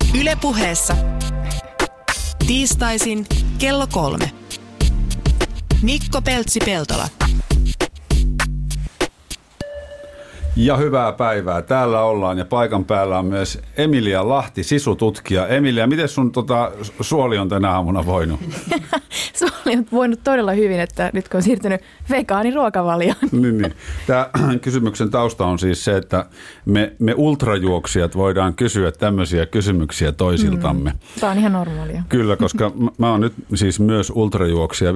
Yle Puheessa. Tiistaisin kello 3. Mikko Peltsi-Peltola. Ja hyvää päivää. Täällä ollaan ja paikan päällä on myös Emilia Lahti, sisututkija. Emilia, miten sun suoli on tänä aamuna voinut? Suoli on voinut todella hyvin, että nyt kun on siirtynyt vegaaniruokavalioon. Niin. Tämä kysymyksen tausta on siis se, että me ultrajuoksijat voidaan kysyä tämmöisiä kysymyksiä toisiltamme. Tämä on ihan normaalia. Kyllä, koska mä oon nyt siis myös ultrajuoksija.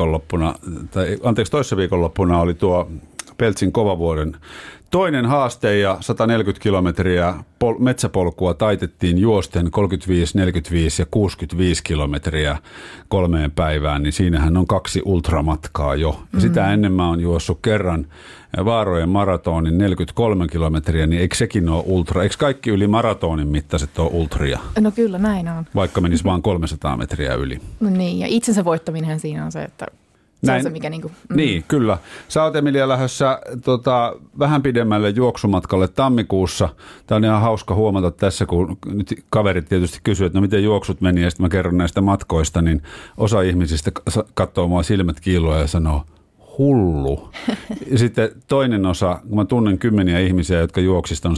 Toissa viikonloppuna oli tuo Peltsin Kovavuoren toinen haaste ja 140 kilometriä metsäpolkua taitettiin juosten 35, 45 ja 65 kilometriä 3 päivään, niin siinähän on 2 ultramatkaa jo. Ja sitä ennen mä oon juossut kerran Vaarojen maratonin 43 kilometriä, niin eikö sekin ole ultra? Eikö kaikki yli maratonin mittaiset ole ultria? No kyllä, näin on. Vaikka menisi vaan 300 metriä yli. No niin, ja itsensä voittaminenhan siinä on se, että se on se, mikä Niin, kyllä. Sä oot, Emilia, lähdössä vähän pidemmälle juoksumatkalle tammikuussa. Tämä on ihan hauska huomata tässä, kun nyt kaverit tietysti kysyvät, että no miten juoksut meni, ja sitten mä kerron näistä matkoista, niin osa ihmisistä katsoo mua silmät kiilua ja sanoo, hullu. Ja sitten toinen osa, kun mä tunnen kymmeniä ihmisiä, jotka juoksista on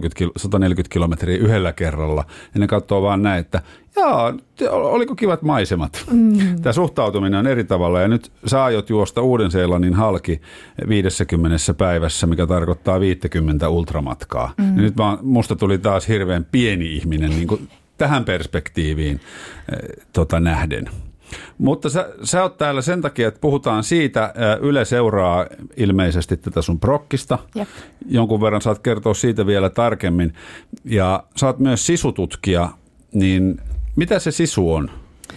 140 kilometriä yhdellä kerralla, ja ne katsoo vaan näin, että jaa, oliko kivat maisemat. Tämä suhtautuminen on eri tavalla, ja nyt sä aiot juosta Uuden-Seelannin halki 50 päivässä, mikä tarkoittaa 50 ultramatkaa. Ja nyt musta tuli taas hirveän pieni ihminen niin kuin tähän perspektiiviin nähden. Mutta sä oot täällä sen takia, että puhutaan siitä. Yle seuraa ilmeisesti tätä sun prokkista. Jep. Jonkun verran saat kertoa siitä vielä tarkemmin. Ja sä oot myös sisututkija, niin mitä se sisu on?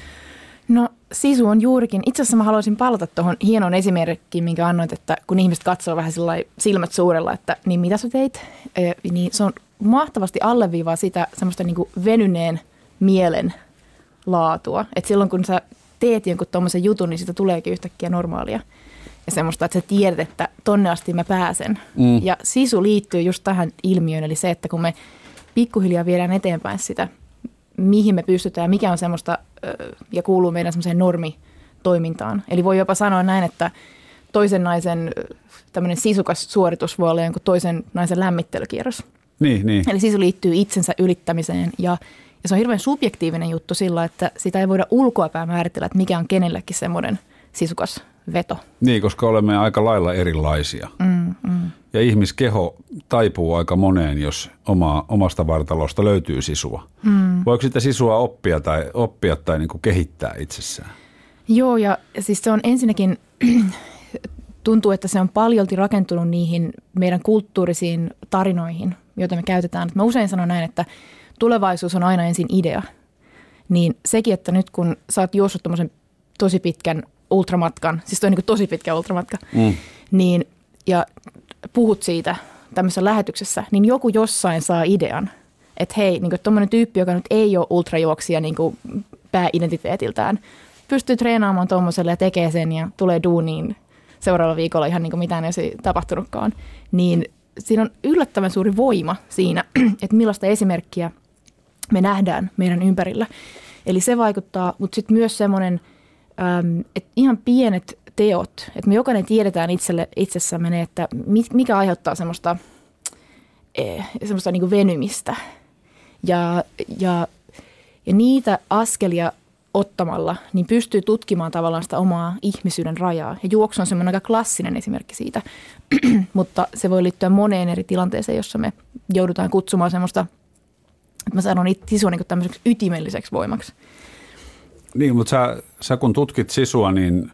No sisu on juurikin. Itse asiassa mä haluaisin palata tuohon hienoon esimerkkiin, minkä annoit, että kun ihmiset katsoo vähän silmät suurella, että niin mitä sä teit, niin se on mahtavasti alleviivaa sitä semmoista niin kuin venyneen mielen laatua. Että silloin kun sä teet jonkun tommosen jutun, niin siitä tuleekin yhtäkkiä normaalia. Ja semmoista, että sä tiedät, että tonne asti mä pääsen. Ja sisu liittyy just tähän ilmiöön, eli se, että kun me pikkuhiljaa viedään eteenpäin sitä, mihin me pystytään ja mikä on semmoista ja kuuluu meidän semmoiseen normitoimintaan. Eli voi jopa sanoa näin, että toisen naisen tämmöinen sisukas suoritus voi olla jonkun toisen naisen lämmittelykierros. Niin. Eli sisu liittyy itsensä ylittämiseen ja se on hirveän subjektiivinen juttu sillä, että sitä ei voida ulkoapäin määritellä, että mikä on kenellekin semmoinen sisukas veto. Niin, koska olemme aika lailla erilaisia. Ja ihmiskeho taipuu aika moneen, jos omasta vartalosta löytyy sisua. Voiko sitä sisua oppia tai niin kuin kehittää itsessään? Joo, ja siis se on ensinnäkin, tuntuu, että se on paljolti rakentunut niihin meidän kulttuurisiin tarinoihin, joita me käytetään. Mä usein sanon näin, että tulevaisuus on aina ensin idea. Niin sekin, että nyt kun sä oot juossut tommosen tosi pitkän ultramatkan, siis toi on niin kuin tosi pitkä ultramatka, niin, ja puhut siitä tämmöisessä lähetyksessä, niin joku jossain saa idean, että hei, niin kuin tommonen tyyppi, joka nyt ei ole ultrajuoksija niin kuin pääidentiteetiltään, pystyy treenaamaan tommoselle ja tekee sen ja tulee duuniin seuraavalla viikolla ihan niin kuin mitään ei olisi tapahtunutkaan, niin siinä on yllättävän suuri voima siinä, että millaista esimerkkiä me nähdään meidän ympärillä. Eli se vaikuttaa, mutta sitten myös semmoinen, että ihan pienet teot, että me jokainen tiedetään itsessämme, että mikä aiheuttaa semmoista niin kuin venymistä. Ja niitä askelia ottamalla, niin pystyy tutkimaan tavallaan sitä omaa ihmisyyden rajaa. Ja juoksu on semmoinen aika klassinen esimerkki siitä, mutta se voi liittyä moneen eri tilanteeseen, jossa me joudutaan kutsumaan semmoista, että mä sanon sisua niin kuin tämmöiseksi ytimelliseksi voimaksi. Niin, mutta sä kun tutkit sisua, niin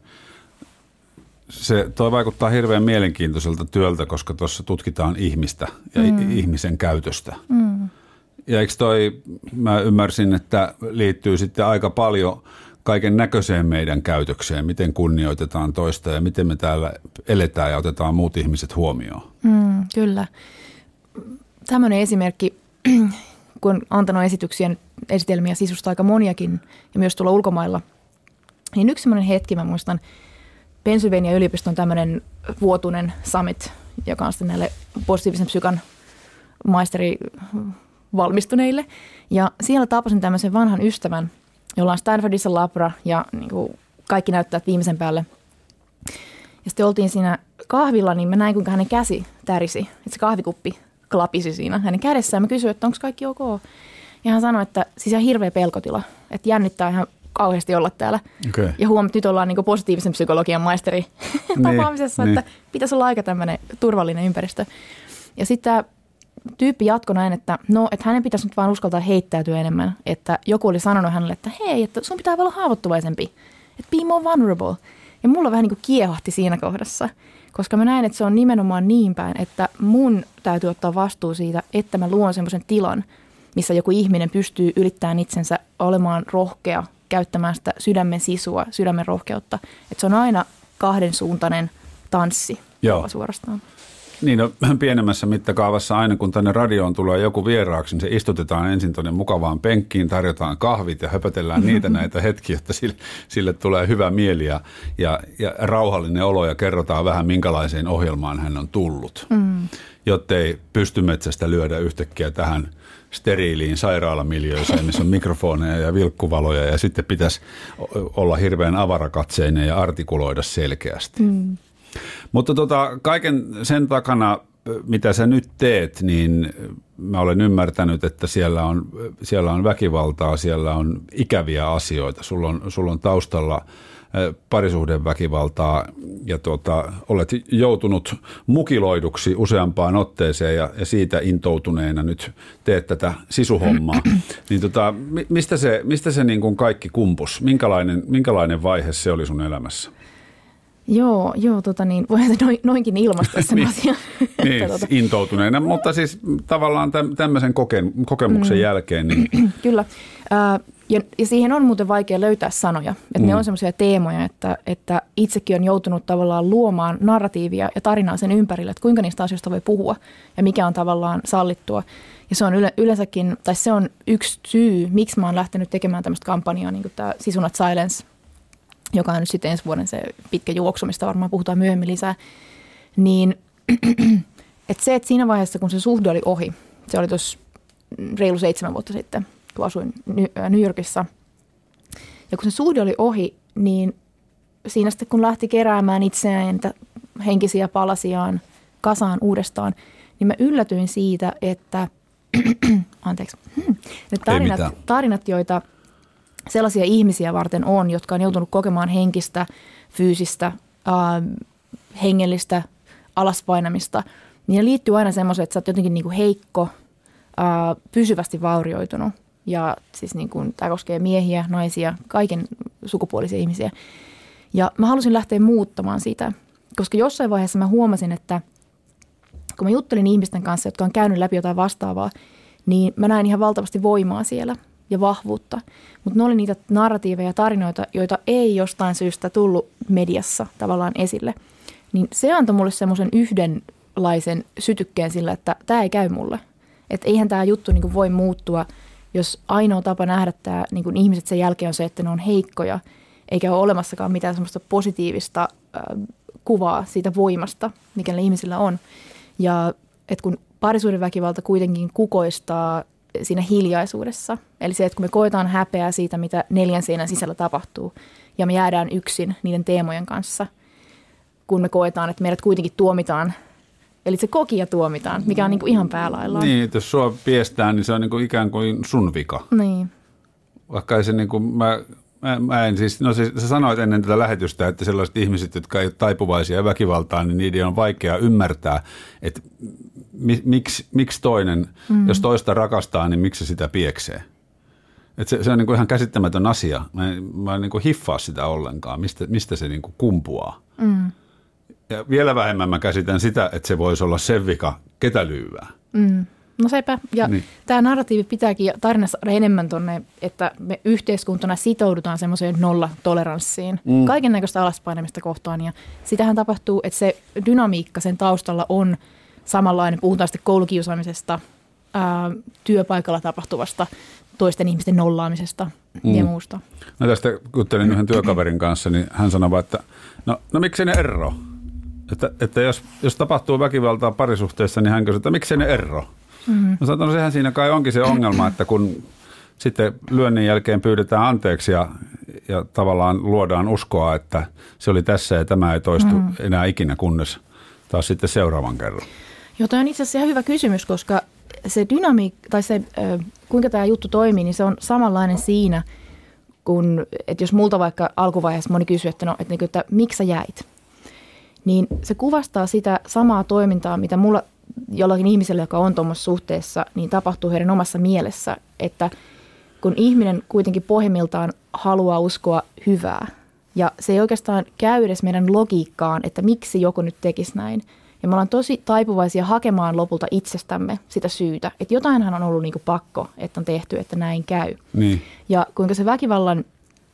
toi vaikuttaa hirveän mielenkiintoiselta työltä, koska tuossa tutkitaan ihmistä ja ihmisen käytöstä. Ja eikö mä ymmärsin, että liittyy sitten aika paljon kaiken näköiseen meidän käytökseen, miten kunnioitetaan toista ja miten me täällä eletään ja otetaan muut ihmiset huomioon. Kyllä. Tämmöinen esimerkki, kun on antanut esitelmiä sisusta aika moniakin ja myös tuolla ulkomailla, niin yksi semmoinen hetki, mä muistan, Pennsylvania yliopiston tämmöinen vuotuinen summit, joka on sitten näille positiivisen psykan valmistuneille. Ja siellä tapasin tämmöisen vanhan ystävän, jolla on Stanfordissa labra ja niin kuin kaikki näyttää viimeisen päälle. Ja sitten oltiin siinä kahvilla, niin mä näin, kuinka hänen käsi tärisi. Että se kahvikuppi klapisi siinä hänen kädessään. Mä kysyin, että onko kaikki ok. Ja hän sanoi, että siis ihan hirveä pelkotila. Että jännittää ihan kauheasti olla täällä. Okay. Ja huomaat, että nyt ollaan niin positiivisen psykologian maisteri tapaamisessa, että pitäisi olla aika tämmöinen turvallinen ympäristö. Ja sitten tämä tyyppi jatkoi näin, että että hänen pitäisi nyt vaan uskaltaa heittäytyä enemmän. Että joku oli sanonut hänelle, että hei, että sun pitää olla haavoittuvaisempi. Että be more vulnerable. Ja mulla vähän niin kuin kiehahti siinä kohdassa, koska mä näen, että se on nimenomaan niin päin, että mun täytyy ottaa vastuu siitä, että mä luon semmoisen tilan, missä joku ihminen pystyy ylittämään itsensä olemaan rohkea, käyttämään sitä sydämen sisua, sydämen rohkeutta. Että se on aina kahdensuuntainen tanssi suorastaan. Niin, pienemmässä mittakaavassa aina kun tänne radioon tulee joku vieraaksi, niin se istutetaan ensin tuonne mukavaan penkkiin, tarjotaan kahvit ja höpötellään niitä näitä hetkiä, että sille tulee hyvä mieli ja rauhallinen olo ja kerrotaan vähän minkälaiseen ohjelmaan hän on tullut, jottei pystymetsästä lyödä yhtäkkiä tähän steriiliin sairaalamiljööseen, missä on mikrofoneja ja vilkkuvaloja ja sitten pitäisi olla hirveän avarakatseinen ja artikuloida selkeästi. Mutta kaiken sen takana, mitä sä nyt teet, niin mä olen ymmärtänyt, että siellä on väkivaltaa, siellä on ikäviä asioita. Sulla on taustalla parisuhdeväkivaltaa ja olet joutunut mukiloiduksi useampaan otteeseen ja siitä intoutuneena nyt teet tätä sisuhommaa. Niin mistä se niin kuin kaikki kumpus? Minkälainen vaihe se oli sun elämässä? Joo, voihan se noinkin ilmaista sen asian. Niin, intoutuneena, mutta siis tavallaan tämmöisen kokemuksen jälkeen. Niin. Kyllä, ja siihen on muuten vaikea löytää sanoja. Että ne on semmoisia teemoja, että itsekin on joutunut tavallaan luomaan narratiivia ja tarinaa sen ympärille, että kuinka niistä asioista voi puhua ja mikä on tavallaan sallittua. Ja se on yleensäkin, tai se on yksi syy, miksi mä oon lähtenyt tekemään tämmöistä kampanjaa, niin kuin tämä Sisu Not Silence, joka on nyt sitten ensi vuoden se pitkä juoksu, mistä varmaan puhutaan myöhemmin lisää, niin että siinä vaiheessa, kun se suhde oli ohi, se oli tuossa reilu 7 vuotta sitten, kun asuin New Yorkissa, ja kun se suhde oli ohi, niin siinä sitten kun lähti keräämään itseään henkisiä palasiaan kasaan uudestaan, niin mä yllätyin siitä, että ne tarinat, joita sellaisia ihmisiä varten on, jotka on joutunut kokemaan henkistä, fyysistä, hengellistä alaspainamista, niin ne liittyy aina semmoiseen, että sä oot jotenkin niin kuin heikko, pysyvästi vaurioitunut. Ja siis niin kuin, tämä koskee miehiä, naisia, kaiken sukupuolisia ihmisiä. Ja mä halusin lähteä muuttamaan sitä, koska jossain vaiheessa mä huomasin, että kun mä juttelin ihmisten kanssa, jotka on käynyt läpi jotain vastaavaa, niin mä näin ihan valtavasti voimaa siellä ja vahvuutta. Mutta ne oli niitä narratiiveja ja tarinoita, joita ei jostain syystä tullut mediassa tavallaan esille. Niin se antoi mulle semmoisen yhdenlaisen sytykkeen sillä, että tämä ei käy mulle. Että eihän tämä juttu niin kuin voi muuttua, jos ainoa tapa nähdä tämä niin kuin ihmiset sen jälkeen on se, että ne on heikkoja, eikä ole olemassakaan mitään semmoista positiivista kuvaa siitä voimasta, mikä ihmisillä on. Ja että kun parisuhdeväkivalta kuitenkin kukoistaa siinä hiljaisuudessa, eli se, että kun me koetaan häpeää siitä, mitä 4 seinän sisällä tapahtuu, ja me jäädään yksin niiden teemojen kanssa, kun me koetaan, että meidät kuitenkin tuomitaan, eli se kokija tuomitaan, mikä on niin kuin ihan päälaillaan. Niin, että jos sua piestään, niin se on niin kuin ikään kuin sun vika. Niin. Vaikka ei se niin kuin, mä en siis, no sä sanoit ennen tätä lähetystä, että sellaiset ihmiset, jotka ei ole taipuvaisia väkivaltaan, niin niiden on vaikea ymmärtää, että miksi toinen, jos toista rakastaa, niin miksi se sitä pieksee. Että se on niin kuin ihan käsittämätön asia. Mä en niin kuin hiffaa sitä ollenkaan, mistä se niin kuin kumpuaa. Ja vielä vähemmän mä käsitän sitä, että se voisi olla sen vika, ketä lyyvää. No sepä. Ja niin. Tämä narratiivi pitääkin tarinassa enemmän tuonne, että me yhteiskuntana sitoudutaan semmoiseen nollatoleranssiin. Kaiken näköistä alaspainamista kohtaan. Ja sitähän tapahtuu, että se dynamiikka sen taustalla on samanlainen. Puhutaan sitten koulukiusaamisesta, työpaikalla tapahtuvasta, toisten ihmisten nollaamisesta ja muusta. No tästä juttelin yhden työkaverin kanssa, niin hän sanoi, että no miksei ne ero? Että jos tapahtuu väkivaltaa parisuhteessa, niin hän kysyi, että miksei ne ero? No sanon, sehän siinä kai onkin se ongelma, että kun sitten lyönnin jälkeen pyydetään anteeksi ja tavallaan luodaan uskoa, että se oli tässä ja tämä ei toistu enää ikinä, kunnes taas sitten seuraavan kerran. Joo, toi on itse asiassa ihan hyvä kysymys, koska se dynamiikka tai se, kuinka tämä juttu toimii, niin se on samanlainen siinä, kun, että jos multa vaikka alkuvaiheessa moni kysyy, että miksi sä jäit, niin se kuvastaa sitä samaa toimintaa, mitä mulla jollakin ihmisellä, joka on tuommoisessa suhteessa, niin tapahtuu heidän omassa mielessä, että kun ihminen kuitenkin pohjimmiltaan haluaa uskoa hyvää, ja se ei oikeastaan käy edes meidän logiikkaan, että miksi joku nyt tekisi näin. Ja me ollaan tosi taipuvaisia hakemaan lopulta itsestämme sitä syytä, että jotainhan on ollut niinku pakko, että on tehty, että näin käy. Niin. Ja kuinka se väkivallan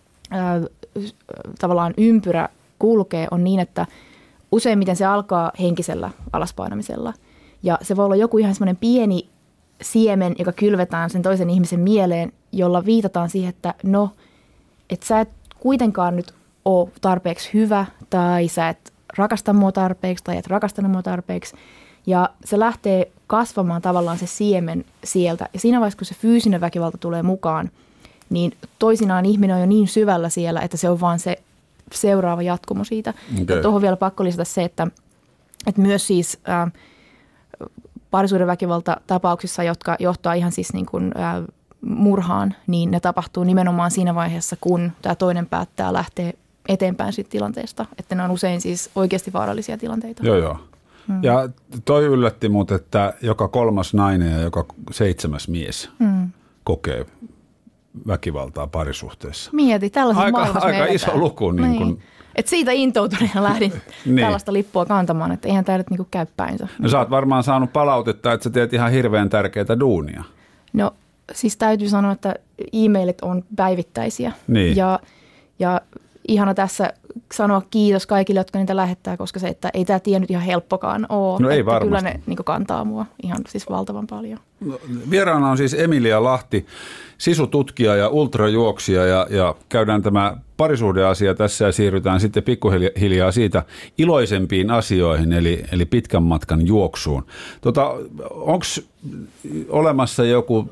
tavallaan ympyrä kulkee on niin, että useimmiten se alkaa henkisellä alaspainamisella. Ja se voi olla joku ihan semmoinen pieni siemen, joka kylvetään sen toisen ihmisen mieleen, jolla viitataan siihen, että no, että sä et kuitenkaan nyt ole tarpeeksi hyvä tai sä et rakasta mua tarpeeksi tai et rakastanut mua tarpeeksi. Ja se lähtee kasvamaan tavallaan se siemen sieltä. Ja siinä vaiheessa, kun se fyysinen väkivalta tulee mukaan, niin toisinaan ihminen on jo niin syvällä siellä, että se on vaan se seuraava jatkumo siitä. Okay. Ja tuohon vielä pakko lisätä se, että myös siis parisuuden väkivaltatapauksissa, jotka johtaa ihan siis niin kuin, murhaan, niin ne tapahtuu nimenomaan siinä vaiheessa, kun tämä toinen päättää lähteä eteenpäin siitä tilanteesta. Että ne on usein siis oikeasti vaarallisia tilanteita. Joo. Ja toi yllätti mut, että joka 3. nainen ja joka 7. mies kokee väkivaltaa parisuhteessa. Mieti, tällaisessa maailmassa aika iso luku. Niin. Että siitä intoutuneena lähdin tällaista lippua kantamaan, että eihän tämä nyt niin käy päinsä. No sä oot varmaan saanut palautetta, että sä teet ihan hirveän tärkeää duunia. No siis täytyy sanoa, että e-mailit on päivittäisiä. Niin. Ja ihana tässä sanoa kiitos kaikille, jotka niitä lähettää, koska se, että ei tämä tie nyt ihan helppokaan ole. No ei että varmasti. Kyllä ne niin kantaa mua ihan siis valtavan paljon. No, vieraana on siis Emilia Lahti, sisututkija ja ultrajuoksija ja käydään tämä parisuhdeasia tässä ja siirrytään sitten pikkuhiljaa siitä iloisempiin asioihin, eli pitkän matkan juoksuun. Onko olemassa joku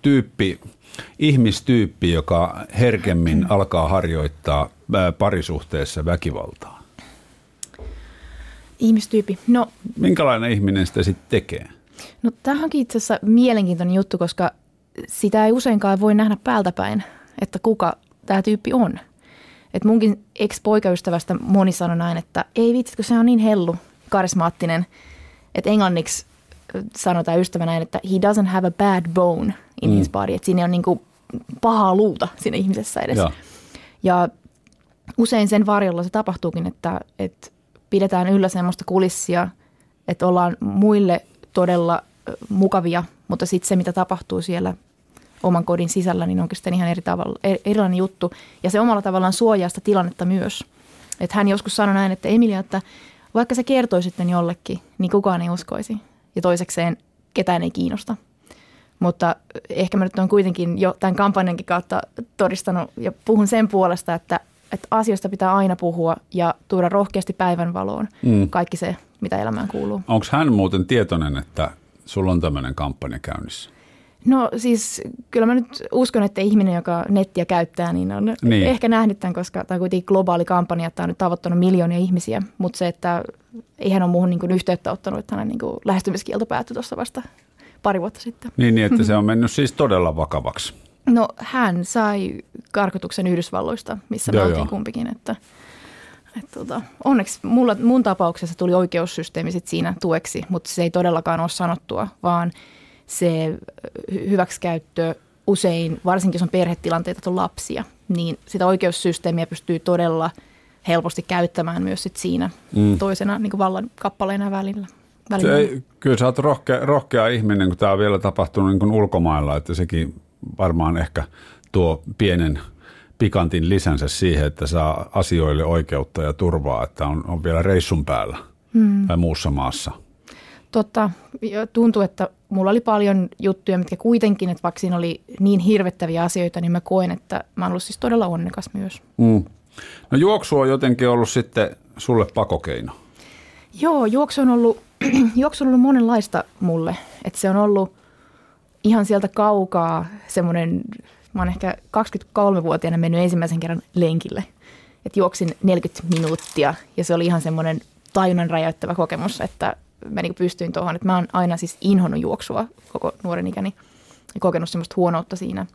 ihmistyyppi, joka herkemmin alkaa harjoittaa parisuhteessa väkivaltaa? Ihmistyyppi? No, minkälainen ihminen sitä sitten tekee? No tämä onkin itse asiassa mielenkiintoinen juttu, koska sitä ei useinkaan voi nähdä päältä päin, että kuka tämä tyyppi on. Et munkin ex-poikaystävästä moni sanoi näin, että ei vitsi, kun se on niin hellu, karismaattinen, että englanniksi sanotaan ystävä näin, että he doesn't have a bad bone in his body, että siinä on niinku pahaa luuta siinä ihmisessä edes. Ja usein sen varjolla se tapahtuukin, että pidetään yllä semmoista kulissia, että ollaan muille todella mukavia, mutta sitten se, mitä tapahtuu siellä oman kodin sisällä, niin onkin sitten ihan erilainen juttu. Ja se omalla tavallaan suojaa sitä tilannetta myös. Että hän joskus sanoi näin, että Emilia, että vaikka se kertoi sitten jollekin, niin kukaan ei uskoisi. Ja toisekseen ketään ei kiinnosta. Mutta ehkä mä nyt olen kuitenkin jo tämän kampanjankin kautta todistanut ja puhun sen puolesta, että asioista pitää aina puhua ja tuoda rohkeasti päivänvaloon kaikki se, mitä elämään kuuluu. Onko hän muuten tietoinen, että sulla on tämmöinen kampanja käynnissä? No siis kyllä mä nyt uskon, että ihminen, joka nettiä käyttää, niin on ehkä nähnyt tämän, koska tämä on kuitenkin globaali kampanja, että tämä on nyt tavoittanut miljoonia ihmisiä. Mutta se, että ei hän ole muuhun niin kuin yhteyttä ottanut, että hänen niin kuin lähestymiskielto päättyi tuossa vasta pari vuotta sitten. Niin, että se on mennyt siis todella vakavaksi. No hän sai karkotuksen Yhdysvalloista, missä me oltiin kumpikin, että onneksi mun tapauksessa tuli oikeussysteemi sit siinä tueksi, mutta se ei todellakaan ole sanottua, vaan se hyväksikäyttö usein, varsinkin jos on perhetilanteita tai lapsia, niin sitä oikeussysteemiä pystyy todella helposti käyttämään myös sit siinä toisena niin kuin vallan kappaleena välillä. Kyllä sä oot rohkea ihminen, kun tämä on vielä tapahtunut niin kuin ulkomailla, että sekin varmaan ehkä tuo pienen pikantin lisänsä siihen, että saa asioille oikeutta ja turvaa, että on vielä reissun päällä tai muussa maassa. Totta. Tuntuu, että mulla oli paljon juttuja, mitkä kuitenkin, että vaikka siinä oli niin hirvettäviä asioita, niin mä koen, että mä oon ollut siis todella onnekas myös. No juoksu on jotenkin ollut sitten sulle pakokeino. Joo, juoksu on ollut monenlaista mulle. Että se on ollut ihan sieltä kaukaa semmoinen, mä oon ehkä 23-vuotiaana mennyt ensimmäisen kerran lenkille. Että juoksin 40 minuuttia ja se oli ihan semmoinen tajunnan räjäyttävä kokemus, että mä niin pystyin tuohon. Että mä oon aina siis inhonnut juoksua koko nuoren ikäni ja kokenut semmoista huonoutta siinä.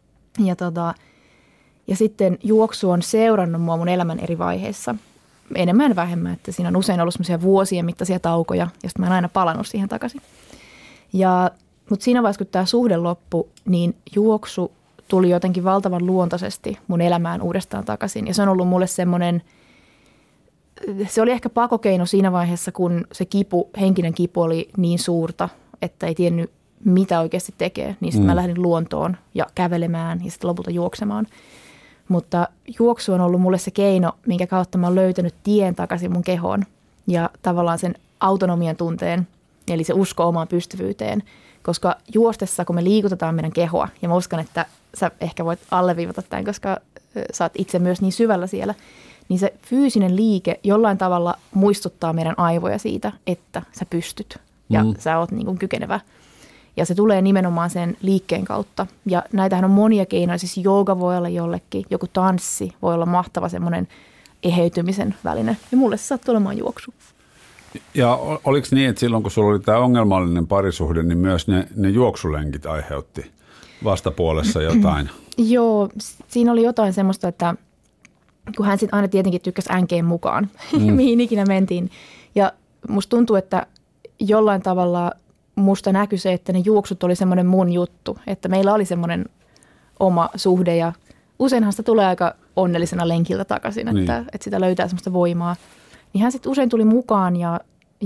Ja sitten juoksu on seurannut mua mun elämän eri vaiheissa. Enemmän ja vähemmän, että siinä on usein ollut semmoisia vuosien mittaisia taukoja, josta mä en aina palannut siihen takaisin. Mutta siinä vaiheessa, kun tämä suhde loppui, niin juoksu tuli jotenkin valtavan luontaisesti mun elämään uudestaan takaisin. Ja se on ollut mulle semmoinen, se oli ehkä pakokeino siinä vaiheessa, kun se kipu, henkinen kipu oli niin suurta, että ei tiennyt mitä oikeasti tekee. Niin sitten mä lähdin luontoon ja kävelemään ja sitten lopulta juoksemaan. Mutta juoksu on ollut mulle se keino, minkä kautta mä oon löytänyt tien takaisin mun kehoon ja tavallaan sen autonomian tunteen, eli se usko omaan pystyvyyteen. Koska juostessa, kun me liikutetaan meidän kehoa, ja mä uskon, että sä ehkä voit alleviivata tämän, koska sä oot itse myös niin syvällä siellä, niin se fyysinen liike jollain tavalla muistuttaa meidän aivoja siitä, että sä pystyt ja sä oot niin kuin kykenevä. Ja se tulee nimenomaan sen liikkeen kautta. Ja näitähän on monia keinoja, siis jooga voi olla jollekin, joku tanssi voi olla mahtava semmoinen eheytymisen väline. Ja mulle se sattuu olemaan juoksu. Ja oliko niin, että silloin kun sulla oli tämä ongelmallinen parisuhde, niin myös ne juoksulenkit aiheutti vastapuolessa jotain? Joo, siinä oli jotain semmoista, että kun hän sitten aina tietenkin tykkäsi änkeen mukaan, mihin ikinä mentiin. Ja musta tuntuu, että jollain tavalla musta näkyi se, että ne juoksut oli semmoinen mun juttu, että meillä oli semmoinen oma suhde ja useinhan sitä tulee aika onnellisena lenkiltä takaisin, että sitä löytää semmoista voimaa. Niin hän sitten usein tuli mukaan ja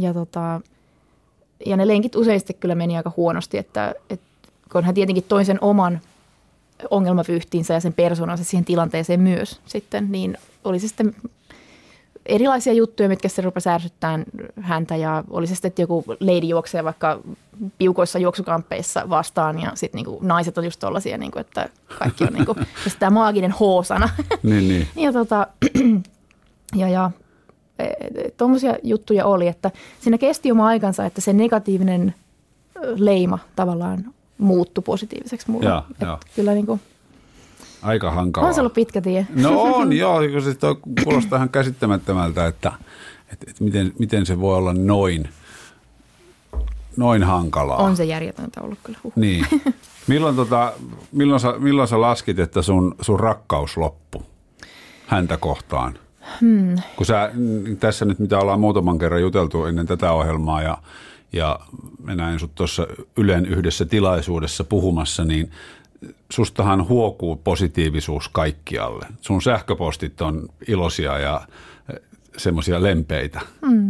ne lenkit usein sitten kyllä meni aika huonosti, että kun hän tietenkin toi sen oman ongelmavyyhtiinsä ja sen persoonansa siihen tilanteeseen myös sitten, niin oli se sitten erilaisia juttuja, mitkä se rupesi ärsyttämään häntä ja oli se sitten, että joku lady juoksee vaikka piukoissa juoksukamppeissa vastaan ja sitten niinku naiset on just tollaisia, niinku, että kaikki on niinku, ja tämä maaginen H-sana. Niin. Ja tuommoisia juttuja oli, että siinä kesti oma aikansa, että se negatiivinen leima tavallaan muuttui positiiviseksi mulle. Kyllä niin kuin, aika hankalaa. On se ollut pitkä tie. No on, joo. Se kuulostaa ihan käsittämättömältä, että miten se voi olla noin hankalaa. On se järjetöntä ollut kyllä. Niin. Milloin sä laskit, että sun rakkaus loppui häntä kohtaan? Kun sä tässä nyt, mitä ollaan muutaman kerran juteltu ennen tätä ohjelmaa ja mä näin sut tuossa Ylen yhdessä tilaisuudessa puhumassa, niin sustahan huokuu positiivisuus kaikkialle. Sun sähköpostit on iloisia ja semmoisia lempeitä.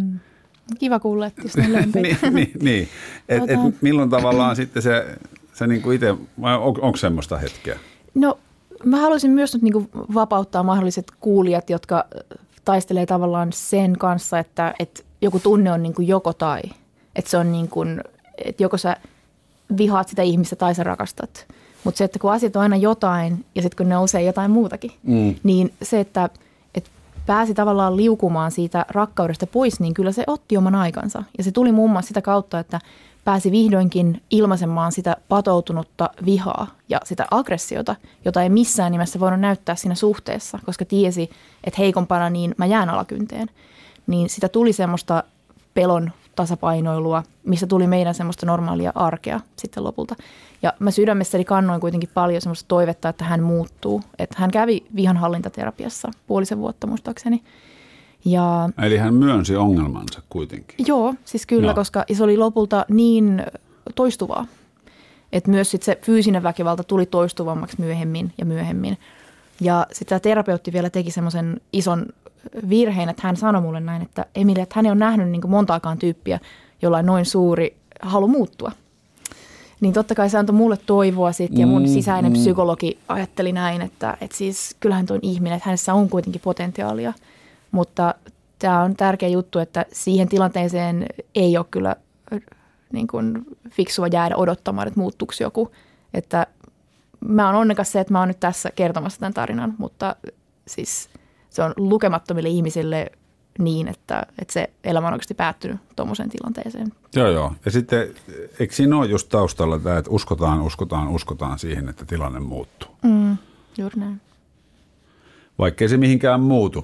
Kiva kuulla, että just ne lempeitä. niin. Et milloin tavallaan sitten se niin kuin itse, onko semmoista hetkeä? No mä haluaisin myös nyt niin kuin vapauttaa mahdolliset kuulijat, jotka taistelee tavallaan sen kanssa, että joku tunne on niin kuin joko tai. Että se on niin kuin, että joko sä vihaat sitä ihmistä tai sä rakastat. Mutta se, että kun asiat on aina jotain ja sitten kun ne on usein jotain muutakin, niin se, että pääsi tavallaan liukumaan siitä rakkaudesta pois, niin kyllä se otti oman aikansa. Ja se tuli muun muassa sitä kautta, että pääsi vihdoinkin ilmaisemaan sitä patoutunutta vihaa ja sitä aggressiota, jota ei missään nimessä voinut näyttää siinä suhteessa, koska tiesi, että heikompana niin mä jään alakynteen. Niin sitä tuli semmoista pelon tasapainoilua, missä tuli meidän semmoista normaalia arkea sitten lopulta. Ja mä sydämessäni kannoin kuitenkin paljon semmoista toivetta, että hän muuttuu. Että hän kävi vihanhallintaterapiassa 5 vuotta muistaakseni. Eli hän myönsi ongelmansa kuitenkin. Joo, siis kyllä, koska se oli lopulta niin toistuvaa. Että myös sit se fyysinen väkivalta tuli toistuvammaksi myöhemmin ja myöhemmin. Ja sitten tämä terapeutti vielä teki semmoisen ison virheen, että hän sanoi mulle näin, että Emilia, että hän ei ole nähnyt niin kuin montaakaan tyyppiä, jolla on noin suuri halu muuttua. Niin totta kai se antoi mulle toivoa sitten ja mun sisäinen psykologi ajatteli näin, että siis kyllähän tuo ihminen, että hänessä on kuitenkin potentiaalia. Mutta tämä on tärkeä juttu, että siihen tilanteeseen ei ole kyllä niin kuin fiksua jäädä odottamaan, että muuttuuko joku. Että mä oon onnekas se, että mä oon nyt tässä kertomassa tämän tarinan, mutta siis se on lukemattomille ihmisille niin, että se elämä on oikeasti päättynyt tuommoiseen tilanteeseen. Joo. Ja sitten eikö siinä ole just taustalla tämä, että uskotaan siihen, että tilanne muuttuu? Juuri näin. Vaikkei se mihinkään muutu.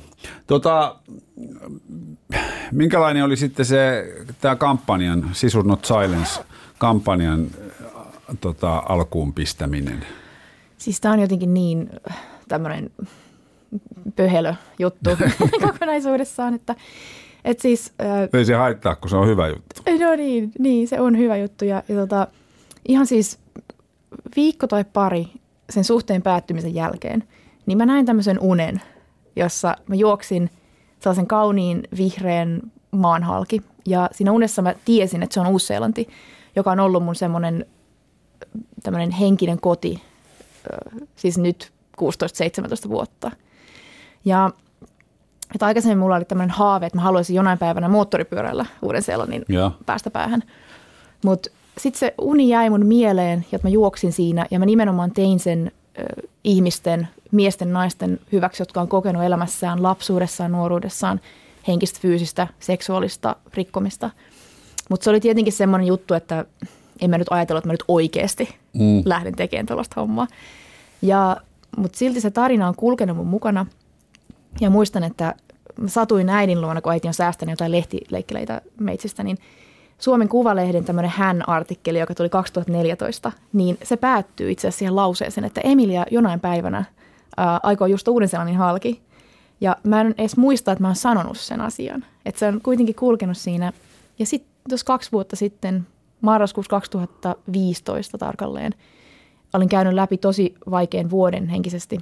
Minkälainen oli sitten tämä kampanjan, Sisur Not Silence-kampanjan alkuun pistäminen? Siis tämä on jotenkin niin tämmöinen pöhelö juttu kokonaisuudessaan, että siis... Ei se haittaa, kun se on hyvä juttu. No niin se on hyvä juttu ja ihan siis viikko tai pari sen suhteen päättymisen jälkeen, niin mä näin tämmöisen unen, jossa mä juoksin sellaisen kauniin vihreän maan halki. Ja siinä unessa mä tiesin, että se on Uusi-Seelanti, joka on ollut mun semmoinen tämmöinen henkinen koti, siis nyt 16-17 vuotta. Ja että aikaisemmin mulla oli tämmöinen haave, että mä haluaisin jonain päivänä moottoripyörällä Uuden-Seelannin päästä päähän. Mutta sitten se uni jäi mun mieleen ja mä juoksin siinä ja mä nimenomaan tein sen ihmisten, miesten, naisten hyväksi, jotka on kokenut elämässään, lapsuudessaan, nuoruudessaan henkistä, fyysistä, seksuaalista rikkomista. Mutta se oli tietenkin semmoinen juttu, että en mä nyt ajatellut, että mä nyt oikeasti lähden tekemään tällaista hommaa. Mutta silti se tarina on kulkenut mun mukana ja muistan, että mä satuin äidin luona, kun äiti on säästänyt jotain lehtileikkeleitä meitsistä, niin Suomen Kuvalehden tämmöinen hän-artikkeli, joka tuli 2014, niin se päättyy itse asiassa siihen lauseeseen, että Emilia jonain päivänä aikoo just Uuden-Seelannin halki. Ja mä en edes muista, että mä oon sanonut sen asian. Että se on kuitenkin kulkenut siinä. Ja sitten tuossa 2 vuotta sitten, marraskuussa 2015 tarkalleen, olin käynyt läpi tosi vaikean vuoden henkisesti.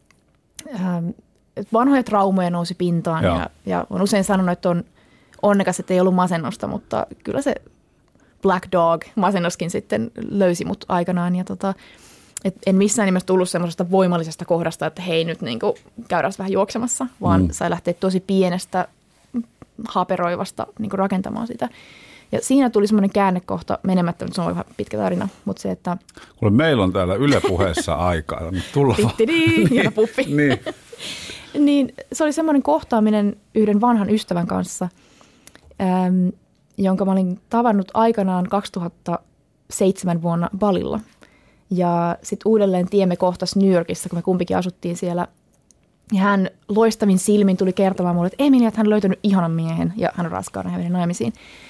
Vanhoja traumoja nousi pintaan ja on usein sanonut, että on onnekas, että ei ollut masennusta, mutta kyllä se Black Dog masennuskin sitten löysi mut aikanaan. Ja en missään nimessä tullut semmoisesta voimallisesta kohdasta, että hei nyt niin käydään vähän juoksemassa, vaan sai lähteä tosi pienestä haperoivasta niin rakentamaan sitä. Ja siinä tuli semmoinen käännekohta menemättä, mutta se on vähän pitkä tarina, mutta se, että... Kuule, meillä on täällä Yle Puheessa aikaa. Tulla vaan. Hieno puppi. Niin se oli semmoinen kohtaaminen yhden vanhan ystävän kanssa, jonka mä olin tavannut aikanaan 2007 vuonna Balilla. Ja sitten uudelleen tiemme kohtasi New Yorkissa, kun me kumpikin asuttiin siellä. Ja hän loistavin silmin tuli kertomaan mulle, että Emilia, että hän on löytänyt ihanan miehen ja hän on raskaana, hän meni naimisiin.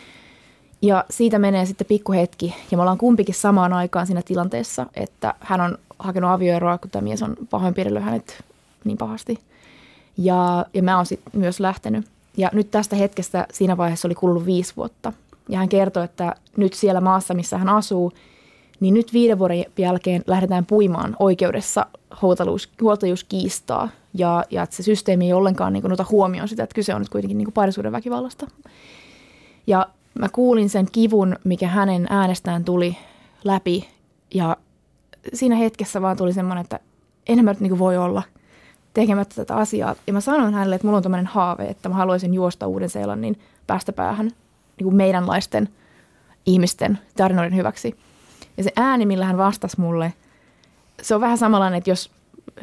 Ja siitä menee sitten pikkuhetki ja me ollaan kumpikin samaan aikaan siinä tilanteessa, että hän on hakenut avioeroa, kun tämä mies on pahoinpidellyt hänet niin pahasti. Ja mä oon sitten myös lähtenyt. Ja nyt tästä hetkestä siinä vaiheessa oli kulunut 5 vuotta. Ja hän kertoi, että nyt siellä maassa, missä hän asuu, niin nyt 5 vuoden jälkeen lähdetään puimaan oikeudessa huoltajuuskiistaa. Ja että se systeemi ei ollenkaan niin kuin ota huomioon sitä, että kyse on nyt kuitenkin niin kuin parisuuden väkivallasta. Ja mä kuulin sen kivun, mikä hänen äänestään tuli läpi. Ja siinä hetkessä vaan tuli semmoinen, että enhän mä nyt niin kuin voi olla tekemättä tätä asiaa. Ja mä sanoin hänelle, että mulla on tämmöinen haave, että mä haluaisin juosta Uuden-Seelannin päästä päähän niin kuin meidänlaisten ihmisten tarinoiden hyväksi. Ja se ääni, millä hän vastasi mulle, se on vähän samanlainen, että jos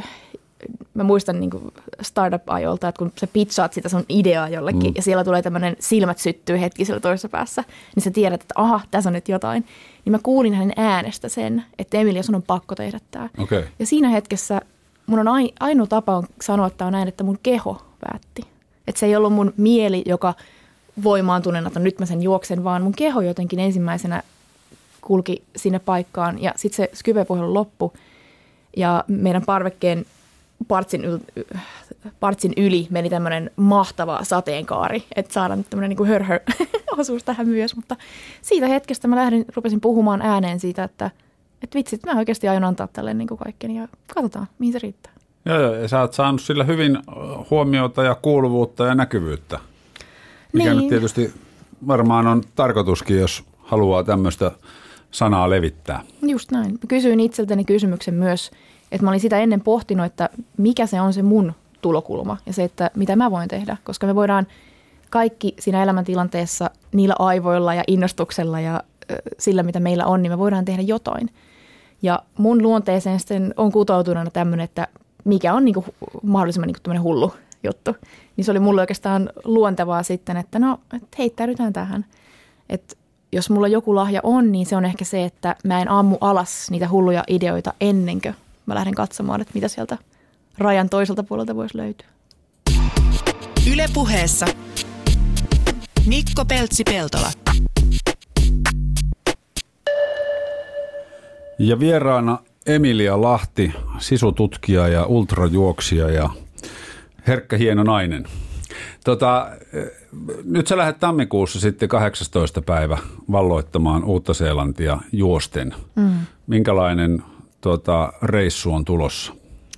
mä muistan niin kuin startup-ajolta, että kun sä pitchaat sitä sun ideaa jollekin ja siellä tulee tämmöinen silmät syttyy hetki siellä toisessa päässä, niin sä tiedät, että aha, tässä on nyt jotain. Niin mä kuulin hänen äänestä sen, että Emilia, sun on pakko tehdä tämä. Okay. Ja siinä hetkessä mun on ainoa tapa on sanoa tämä näin, että mun keho päätti. Että se ei ollut mun mieli, joka voimaantuneena, että nyt mä sen juoksen, vaan mun keho jotenkin ensimmäisenä kulki sinne paikkaan. Ja sitten se Skype-puhelu loppui ja meidän parvekkeen partsin yli meni tämmöinen mahtava sateenkaari, että saadaan nyt tämmöinen niin hörhö-osuus tähän myös. Mutta siitä hetkestä mä rupesin puhumaan ääneen siitä, että vitsit, mä oikeasti aion antaa tälle niin kaikkeni ja katsotaan, mihin se riittää. Joo, ja sä oot saanut sillä hyvin huomiota ja kuuluvuutta ja näkyvyyttä, mikä nyt tietysti varmaan on tarkoituskin, jos haluaa tämmöistä sanaa levittää. Just näin. Mä kysyin itseltäni kysymyksen myös, että mä olin sitä ennen pohtinut, että mikä se on se mun tulokulma ja se, että mitä mä voin tehdä, koska me voidaan kaikki siinä elämäntilanteessa niillä aivoilla ja innostuksella ja sillä, mitä meillä on, niin me voidaan tehdä jotain. Ja mun luonteeseen sitten on kutoutuneena tämmöinen, että mikä on niinku mahdollisimman niinku tämmöinen hullu juttu. Niin se oli mulle oikeastaan luontevaa sitten, että heittäydytään tähän. Että jos mulla joku lahja on, niin se on ehkä se, että mä en ammu alas niitä hulluja ideoita ennen kuin mä lähden katsomaan, että mitä sieltä rajan toiselta puolelta voisi löytyä. Yle Puheessa Mikko Peltsi-Peltola. Ja vieraana Emilia Lahti, sisututkija ja ultrajuoksija ja herkkä hieno nainen. Nyt sä lähdet tammikuussa sitten 18. päivä valloittamaan Uutta-Seelantia juosten. Minkälainen reissu on tulossa?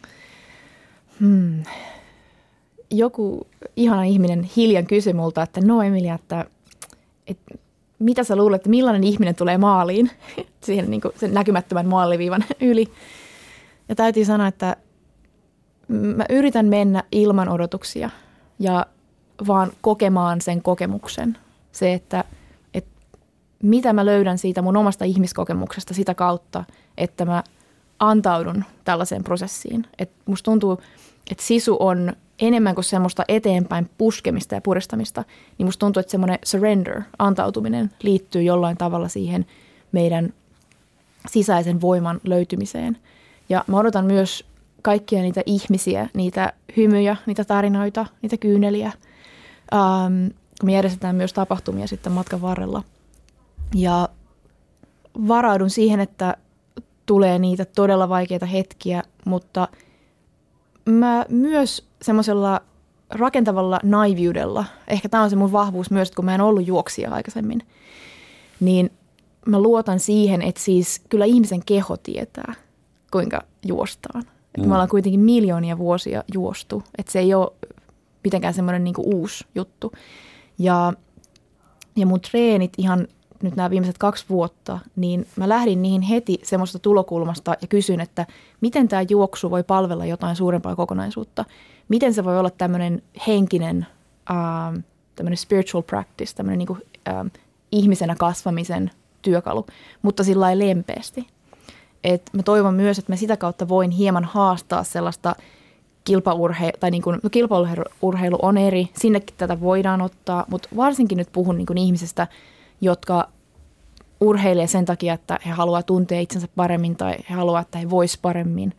Joku ihana ihminen hiljan kysyi multa, että Emilia, että mitä sä luulet, että millainen ihminen tulee maaliin siihen niin kuin sen näkymättömän maaliviivan yli. Ja täytyy sanoa, että mä yritän mennä ilman odotuksia ja vaan kokemaan sen kokemuksen. Se, että mitä mä löydän siitä mun omasta ihmiskokemuksesta sitä kautta, että mä antaudun tällaiseen prosessiin. Et musta tuntuu, että sisu on enemmän kuin semmoista eteenpäin puskemista ja puristamista, niin musta tuntuu, että semmoinen surrender, antautuminen, liittyy jollain tavalla siihen meidän sisäisen voiman löytymiseen. Ja mä odotan myös kaikkia niitä ihmisiä, niitä hymyjä, niitä tarinoita, niitä kyyneliä. Me järjestetään myös tapahtumia sitten matkan varrella. Ja varaudun siihen, että tulee niitä todella vaikeita hetkiä, mutta mä myös semmoisella rakentavalla naiviudella, ehkä tämä on se mun vahvuus myös, että kun mä en ollut juoksija aikaisemmin, niin mä luotan siihen, että siis kyllä ihmisen keho tietää, kuinka juostaan. Että me ollaan kuitenkin miljoonia vuosia juostu, että se ei ole mitenkään semmoinen niinku uusi juttu. Ja mun treenit ihan nyt nämä viimeiset 2 vuotta, niin mä lähdin niihin heti semmoista tulokulmasta ja kysyin, että miten tämä juoksu voi palvella jotain suurempaa kokonaisuutta. Miten se voi olla tämmöinen henkinen, tämmöinen spiritual practice, tämmöinen niinku, ihmisenä kasvamisen työkalu, mutta sillä lailla lempeästi. Et mä toivon myös, että mä sitä kautta voin hieman haastaa sellaista kilpaurheilu on eri, sinnekin tätä voidaan ottaa, mutta varsinkin nyt puhun niin kuin ihmisistä, jotka urheilee sen takia, että he haluaa tuntea itsensä paremmin tai he haluaa, että he vois paremmin.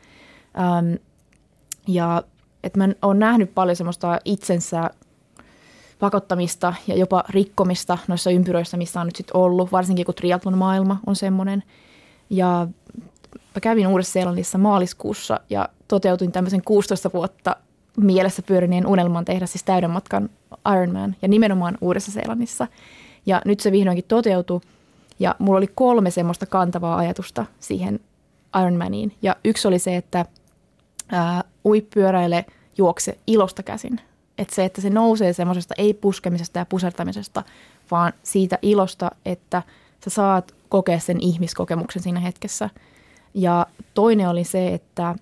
Ja että mä oon nähnyt paljon semmoista itsensä pakottamista ja jopa rikkomista noissa ympyröissä, missä on nyt sitten ollut, varsinkin kun triathlon maailma on semmoinen. Ja mä kävin Uudessa-Seelannissa maaliskuussa ja toteutin tämmöisen 16 vuotta mielessä pyörineen unelman tehdä siis täyden matkan Ironman ja nimenomaan Uudessa-Seelannissa. Ja nyt se vihdoinkin toteutui ja mulla oli 3 semmoista kantavaa ajatusta siihen Ironmaniin. Ja yksi oli se, että ui, pyöräile, juokse ilosta käsin. Että se nousee semmoisesta ei puskemisesta ja pusertamisesta, vaan siitä ilosta, että sä saat kokea sen ihmiskokemuksen siinä hetkessä. Ja toinen oli se, että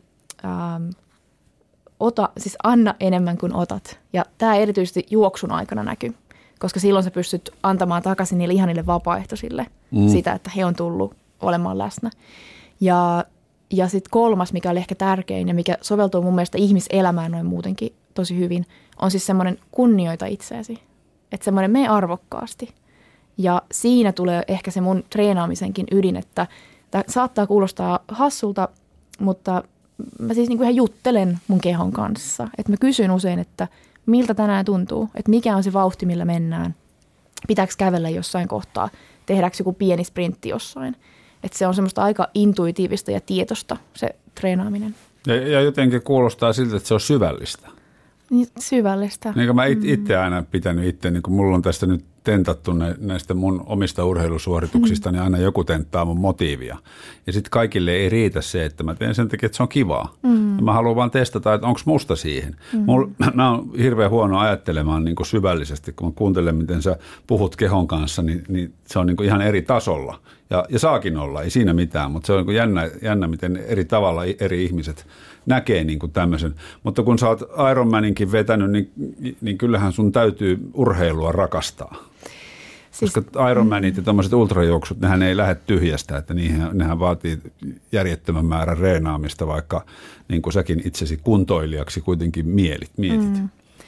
anna enemmän kuin otat. Ja tämä erityisesti juoksun aikana näkyy, koska silloin sä pystyt antamaan takaisin niille ihanille vapaaehtoisille sitä, että he on tullut olemaan läsnä. Ja sitten 3, mikä oli ehkä tärkein ja mikä soveltuu mun mielestä ihmiselämään noin muutenkin tosi hyvin, on siis semmoinen kunnioita itseäsi. Että semmoinen mene arvokkaasti. Ja siinä tulee ehkä se mun treenaamisenkin ydin, että tämä saattaa kuulostaa hassulta, mutta mä siis niinku ihan juttelen mun kehon kanssa. Että mä kysyn usein, että miltä tänään tuntuu, että mikä on se vauhti, millä mennään. Pitääkö kävellä jossain kohtaa, tehdäänkö joku pieni sprintti jossain. Että se on semmoista aika intuitiivista ja tietoista se treenaaminen. Ja jotenkin kuulostaa siltä, että se on syvällistä. Niin, syvällistä. Niin kuin mä itse aina pitänyt niin kuin mulla on tästä nyt tentattu näistä mun omista urheilusuorituksista, niin aina joku tenttaa mun motiivia. Ja sitten kaikille ei riitä se, että mä teen sen takia, että se on kivaa. Ja mä haluan vaan testata, että onko musta siihen. Mä oon hirveän huono ajattelemaan niin kuin syvällisesti, kun mä kuuntelen, miten sä puhut kehon kanssa, niin se on niin kuin ihan eri tasolla. Ja saakin olla, ei siinä mitään, mutta se on niin kuin jännä, miten eri tavalla eri ihmiset näkee niin kuin tämmöisen. Mutta kun sä oot Ironmaninkin vetänyt, niin kyllähän sun täytyy urheilua rakastaa. Siis, koska Ironmanit ja tämmöiset ultrajuoksut, nehän ei lähde tyhjästä, että nehän vaatii järjettömän määrän reenaamista, vaikka niin kuin säkin itsesi kuntoilijaksi kuitenkin mietit.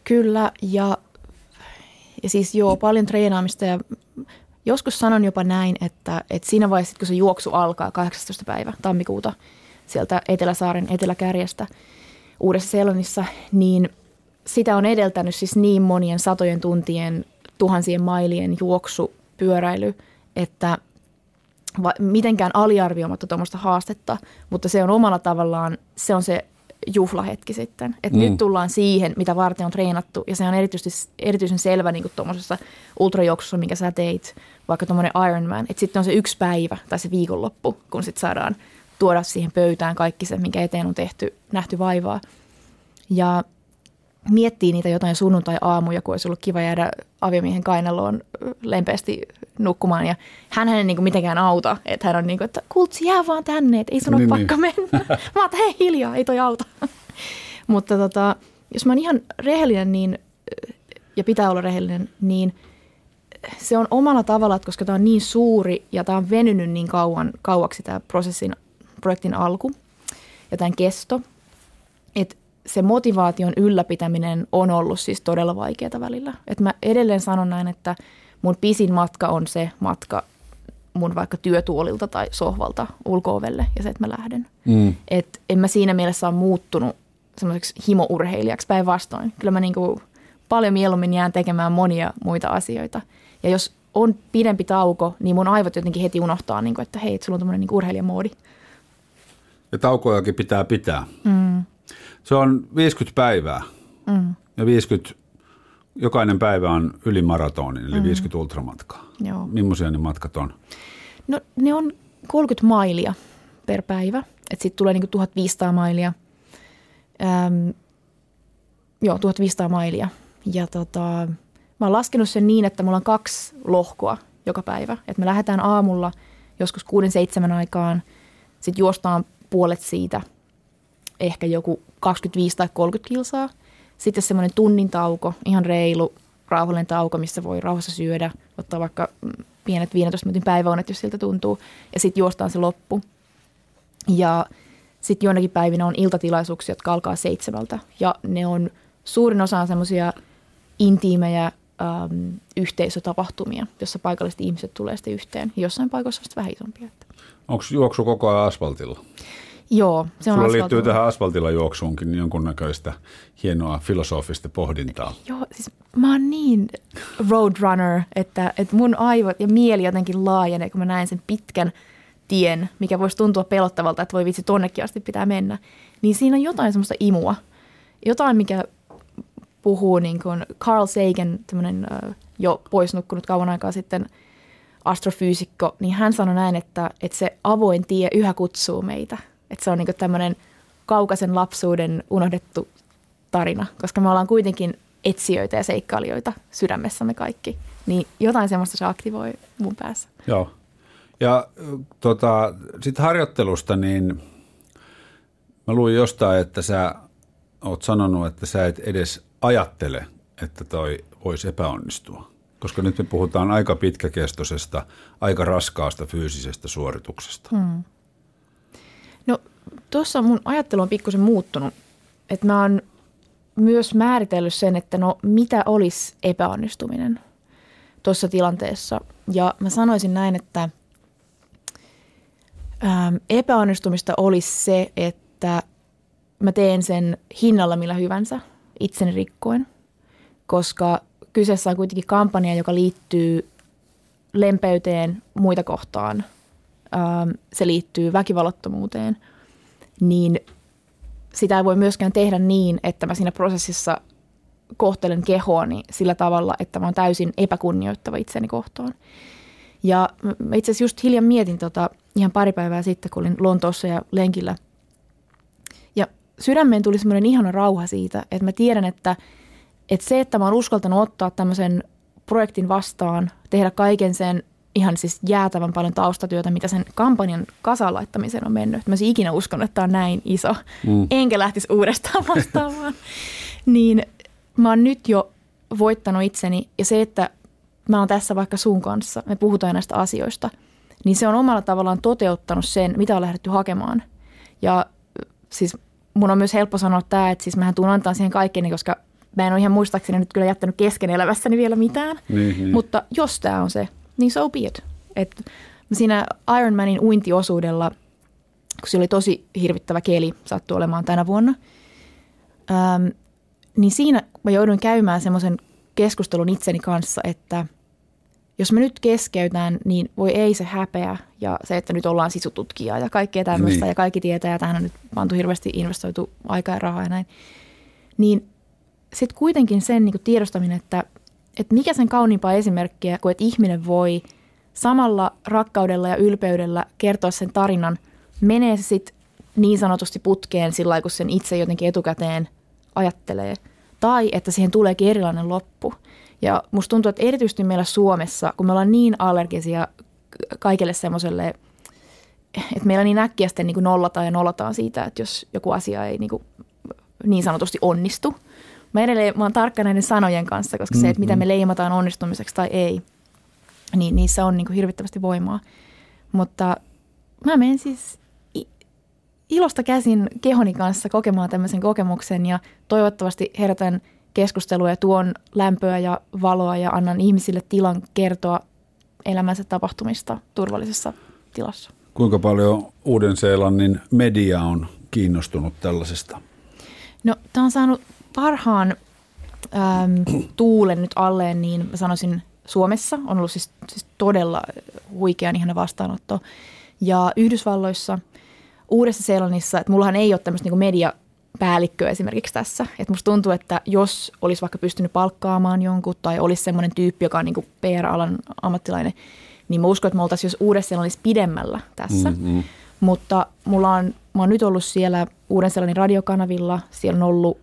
Kyllä, ja siis paljon treenaamista ja joskus sanon jopa näin, että siinä vaiheessa, kun se juoksu alkaa 18. päivä tammikuuta sieltä Eteläsaaren eteläkärjestä Uudessa-Seelannissa, niin sitä on edeltänyt siis niin monien satojen tuntien, tuhansien mailien juoksu, pyöräily, että mitenkään aliarvioimatta tuommoista haastetta, mutta se on omalla tavallaan, se on se juhlahetki sitten. Että nyt tullaan siihen, mitä varten on treenattu, ja se on erityisen selvä niin kuin tuommoisessa ultrajuoksussa, minkä sä teit, vaikka tuommoinen Ironman, että sitten on se yksi päivä tai se viikonloppu, kun sitten saadaan tuoda siihen pöytään kaikki se, minkä eteen on nähty vaivaa. Ja miettii niitä jotain sunnuntai-aamuja, kun olisi ollut kiva jäädä aviomiehen kainaloon lempeästi nukkumaan. Ja hän ei niin kuin mitenkään auta, että hän on niin kuin, että kultsi, jää vaan tänne, että ei sun ole pakka mennä. Mä oon, hei hiljaa, ei toi auta. Mutta jos mä oon ihan rehellinen, niin, ja pitää olla rehellinen, niin se on omalla tavalla, että koska tämä on niin suuri ja tämä on venynyt niin kauaksi tämä projektin alku ja tämän kesto, että se motivaation ylläpitäminen on ollut siis todella vaikeaa välillä. Et mä edelleen sanon näin, että mun pisin matka on se matka mun vaikka työtuolilta tai sohvalta ulko-ovelle ja se, että mä lähden. Et en mä siinä mielessä ole muuttunut semmoiseksi himourheilijaksi päinvastoin. Kyllä mä niinku paljon mieluummin jään tekemään monia muita asioita. Ja jos on pidempi tauko, niin mun aivot jotenkin heti unohtaa, niinku, että hei, sulla on tämmöinen niinku urheilijamoodi. Ja taukojakin pitää. Se on 50 päivää ja jokainen päivä on yli maratonin, eli 50 ultramatkaa. Joo. Millaisia ne matkat on? No ne on 30 mailia per päivä, että sitten tulee niinku 1500 mailia. 1500 mailia. Ja mä oon laskenut sen niin, että mulla on 2 lohkoa joka päivä. Että me lähdetään aamulla joskus 6-7 aikaan, sitten juostaan puolet siitä, ehkä joku 25 tai 30 kilsaa. Sitten semmoinen tunnin tauko, ihan reilu, rauhallinen tauko, missä voi rauhassa syödä, ottaa vaikka pienet 15 minuutin päiväunet, jos siltä tuntuu. Ja sitten juostaan se loppu. Ja sitten joinakin päivinä on iltatilaisuuksia, jotka alkaa 7. Ja ne on, suurin osa on semmoisia intiimejä yhteisötapahtumia, jossa paikalliset ihmiset tulee sitten yhteen. Jossain paikoissa on sitten vähän isompia. Onko juoksu koko ajan asfaltilla? Joo, se on Sulla asfaltilla. liittyy tähän asfaltilla juoksuunkin jonkunnäköistä hienoa filosofista pohdintaa. Joo, siis mä oon niin roadrunner, että mun aivot ja mieli jotenkin laajenee, kun mä näen sen pitkän tien, mikä voisi tuntua pelottavalta, että voi vitsi, tonnekin asti pitää mennä. Niin siinä on jotain semmoista imua. Jotain, mikä puhuu niin kuin Carl Sagan, tämmöinen jo poisnukkunut kauan aikaa sitten astrofyysikko, niin hän sanoi näin, että se avoin tie yhä kutsuu meitä. Että se on niin kuin tämmöinen kaukaisen lapsuuden unohdettu tarina, koska me ollaan kuitenkin etsijöitä ja seikkailijoita sydämessämme kaikki. Niin jotain semmoista se aktivoi mun päässä. Joo. Ja sitten harjoittelusta, niin mä luin jostain, että sä oot sanonut, että sä et edes ajattele, että toi voisi epäonnistua. Koska nyt me puhutaan aika pitkäkestoisesta, aika raskaasta fyysisestä suorituksesta. No tuossa mun ajattelu on pikkusen muuttunut. Että mä oon myös määritellyt sen, että no mitä olisi epäonnistuminen tuossa tilanteessa. Ja mä sanoisin näin, että epäonnistumista olisi se, että mä teen sen hinnalla millä hyvänsä itseni rikkoen, koska kyseessä on kuitenkin kampanja, joka liittyy lempeyteen muita kohtaan. Se liittyy väkivallattomuuteen, niin sitä ei voi myöskään tehdä niin, että mä siinä prosessissa kohtelen kehoani sillä tavalla, että mä oon täysin epäkunnioittava itseni kohtaan. Ja mä itse asiassa just hiljan mietin ihan pari päivää sitten, kun olin Lontoossa ja lenkillä. Ja sydämeen tuli semmoinen ihana rauha siitä, että mä tiedän, että se, että mä oon uskaltanut ottaa tämmöisen projektin vastaan, tehdä kaiken sen ihan siis jäätävän paljon taustatyötä, mitä sen kampanjan kasaan laittamiseen on mennyt. Mä olisin ikinä uskonut, että tämä on näin iso. Enkä lähtisi uudestaan vastaamaan. Niin mä oon nyt jo voittanut itseni. Ja se, että mä oon tässä vaikka sun kanssa, me puhutaan näistä asioista, niin se on omalla tavallaan toteuttanut sen, mitä on lähdetty hakemaan. Ja siis mun on myös helppo sanoa tämä, että siis mähän tuun antaa siihen kaikkeni, koska Mä en ole ihan muistaakseni nyt kyllä jättänyt kesken elämässäni vielä mitään, mutta jos tämä on se, niin so be it. Et siinä Ironmanin uintiosuudella, kun se oli tosi hirvittävä keli, sattui olemaan tänä vuonna, niin siinä mä jouduin käymään semmoisen keskustelun itseni kanssa, että jos me nyt keskeytään, niin voi ei se häpeä ja se, että nyt ollaan sisututkijaa ja kaikkea tämmöistä ja kaikki tietää ja tähän on nyt pantu hirveästi investoitu aikaa ja rahaa ja näin. Niin sitten kuitenkin sen niin kuin tiedostaminen, että mikä sen kauniimpaa esimerkkiä, kun että ihminen voi samalla rakkaudella ja ylpeydellä kertoa sen tarinan, menee se sitten niin sanotusti putkeen sillä lailla, kun sen itse jotenkin etukäteen ajattelee, tai että siihen tuleekin erilainen loppu. Ja musta tuntuu, että erityisesti meillä Suomessa, kun me ollaan niin allergisia kaikelle semmoiselle, että meillä niin äkkiä sitten niin nollataan siitä, että jos joku asia ei niin sanotusti onnistu. Mä oon tarkka näiden sanojen kanssa, koska se, että mitä me leimataan onnistumiseksi tai ei, niin niissä on niin kuin hirvittävästi voimaa. Mutta mä menen siis ilosta käsin kehoni kanssa kokemaan tämmöisen kokemuksen ja toivottavasti herätän keskustelua ja tuon lämpöä ja valoa ja annan ihmisille tilan kertoa elämänsä tapahtumista turvallisessa tilassa. Kuinka paljon Uuden-Seelannin media on kiinnostunut tällaisesta? No, tämä on saanut parhaan tuulen nyt alleen, niin mä sanoisin Suomessa on ollut siis todella huikean ihana vastaanotto. Ja Yhdysvalloissa, Uudessa-Seelannissa, että mullahan ei ole tämmöistä niin kuin mediapäällikköä esimerkiksi tässä. Että musta tuntuu, että jos olisi vaikka pystynyt palkkaamaan jonkun tai olisi semmoinen tyyppi, joka on niin kuin PR-alan ammattilainen, niin mä uskon, että me oltaisiin jos Uudessa-Seelannissa pidemmällä tässä. Mm-hmm. Mutta mä oon nyt ollut siellä Uuden-Seelannin radiokanavilla, siellä on ollut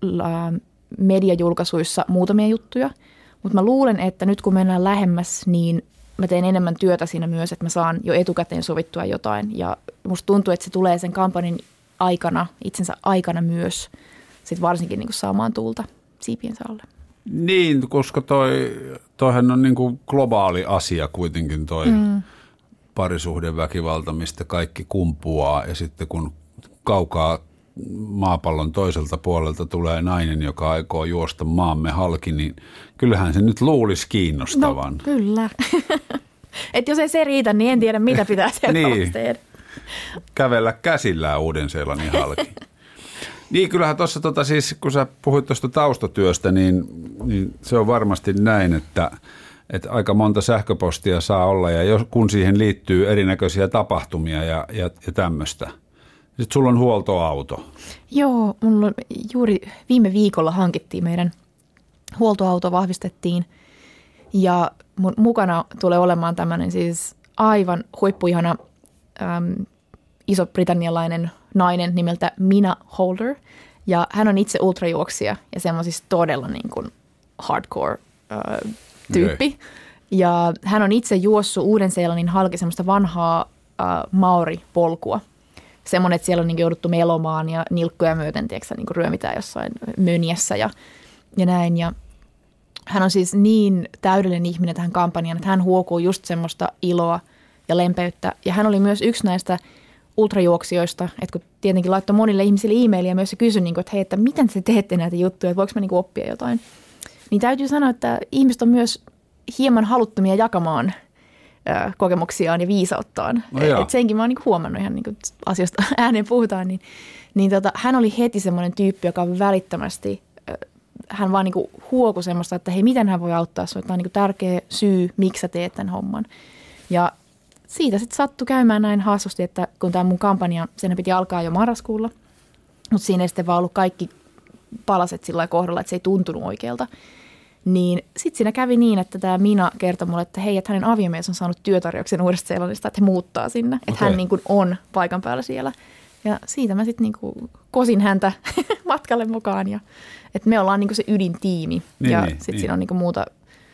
mediajulkaisuissa muutamia juttuja, mutta mä luulen, että nyt kun mennään lähemmäs, niin mä teen enemmän työtä siinä myös, että mä saan jo etukäteen sovittua jotain. Ja musta tuntuu, että se tulee sen kampanjan aikana, itsensä aikana myös, sit varsinkin niin kuin saamaan tuulta siipiensä alle. Niin, koska toihan on niin kuin globaali asia kuitenkin toi parisuhdeväkivalta, mistä kaikki kumpuaa. Ja sitten kun kaukaa maapallon toiselta puolelta tulee nainen, joka aikoo juosta maamme halki, niin kyllähän se nyt luulisi kiinnostavan. No kyllä. Että jos ei se riitä, niin en tiedä, mitä pitää seuraavaksi tehdä. Kävellä käsillään Uuden-Seelannin halki. Niin, kyllähän tuossa siis, kun sä puhuit tuosta taustatyöstä, niin se on varmasti näin, että aika monta sähköpostia saa olla, ja kun siihen liittyy erinäköisiä tapahtumia ja tämmöistä. Sitten sulla on huoltoauto. Joo, mulla juuri viime viikolla hankittiin meidän huoltoauto, vahvistettiin. Ja mun mukana tulee olemaan tämmöinen siis aivan huippuihana iso-britannialainen nainen nimeltä Mina Holder. Ja hän on itse ultrajuoksija ja semmoisista todella niin kuin hardcore tyyppi. Ja hän on itse juossut Uuden-Seelannin halki semmoista vanhaa maori-polkua. Semmoinen, että siellä on niin jouduttu melomaan ja nilkkoja myöten, tiedätkö, niin ryömitään jossain mönjässä ja näin. Ja hän on siis niin täydellinen ihminen tähän kampanjaan, että hän huokuu just semmoista iloa ja lempeyttä. Ja hän oli myös yksi näistä ultrajuoksijoista, että kun tietenkin laittoi monille ihmisille e-mailia myös ja kysyi, että hei, että miten te teette näitä juttuja, että voiko mä niin oppia jotain. Niin täytyy sanoa, että ihmiset on myös hieman haluttomia jakamaan kokemuksiaan ja viisauttaan. Et senkin mä oon niinku huomannut ihan niinku asioista ääneen puhutaan. Hän oli heti semmoinen tyyppi, joka välittömästi, hän vaan niinku huokui semmoista, että hei, miten hän voi auttaa sinua. Tämä on niinku tärkeä syy, miksi sä teet tämän homman. Ja siitä sitten sattui käymään näin haastusti, että kun tämä mun kampanja, sen piti alkaa jo marraskuulla, mutta siinä ei sitten vaan ollut kaikki palaset sillä kohdalla, että se ei tuntunut oikealta. Niin sitten siinä kävi niin, että tämä Mina kertoi mulle, että hei, että hänen aviomies on saanut työtarjouksen Uudesta-Seelannista, että he muuttaa sinne. Että hän niin kuin on paikan päällä siellä. Ja siitä mä sitten niin kuin kosin häntä matkalle mukaan. Ja, että me ollaan niin kuin se ydintiimi. Ja sitten siinä on niin kuin muuta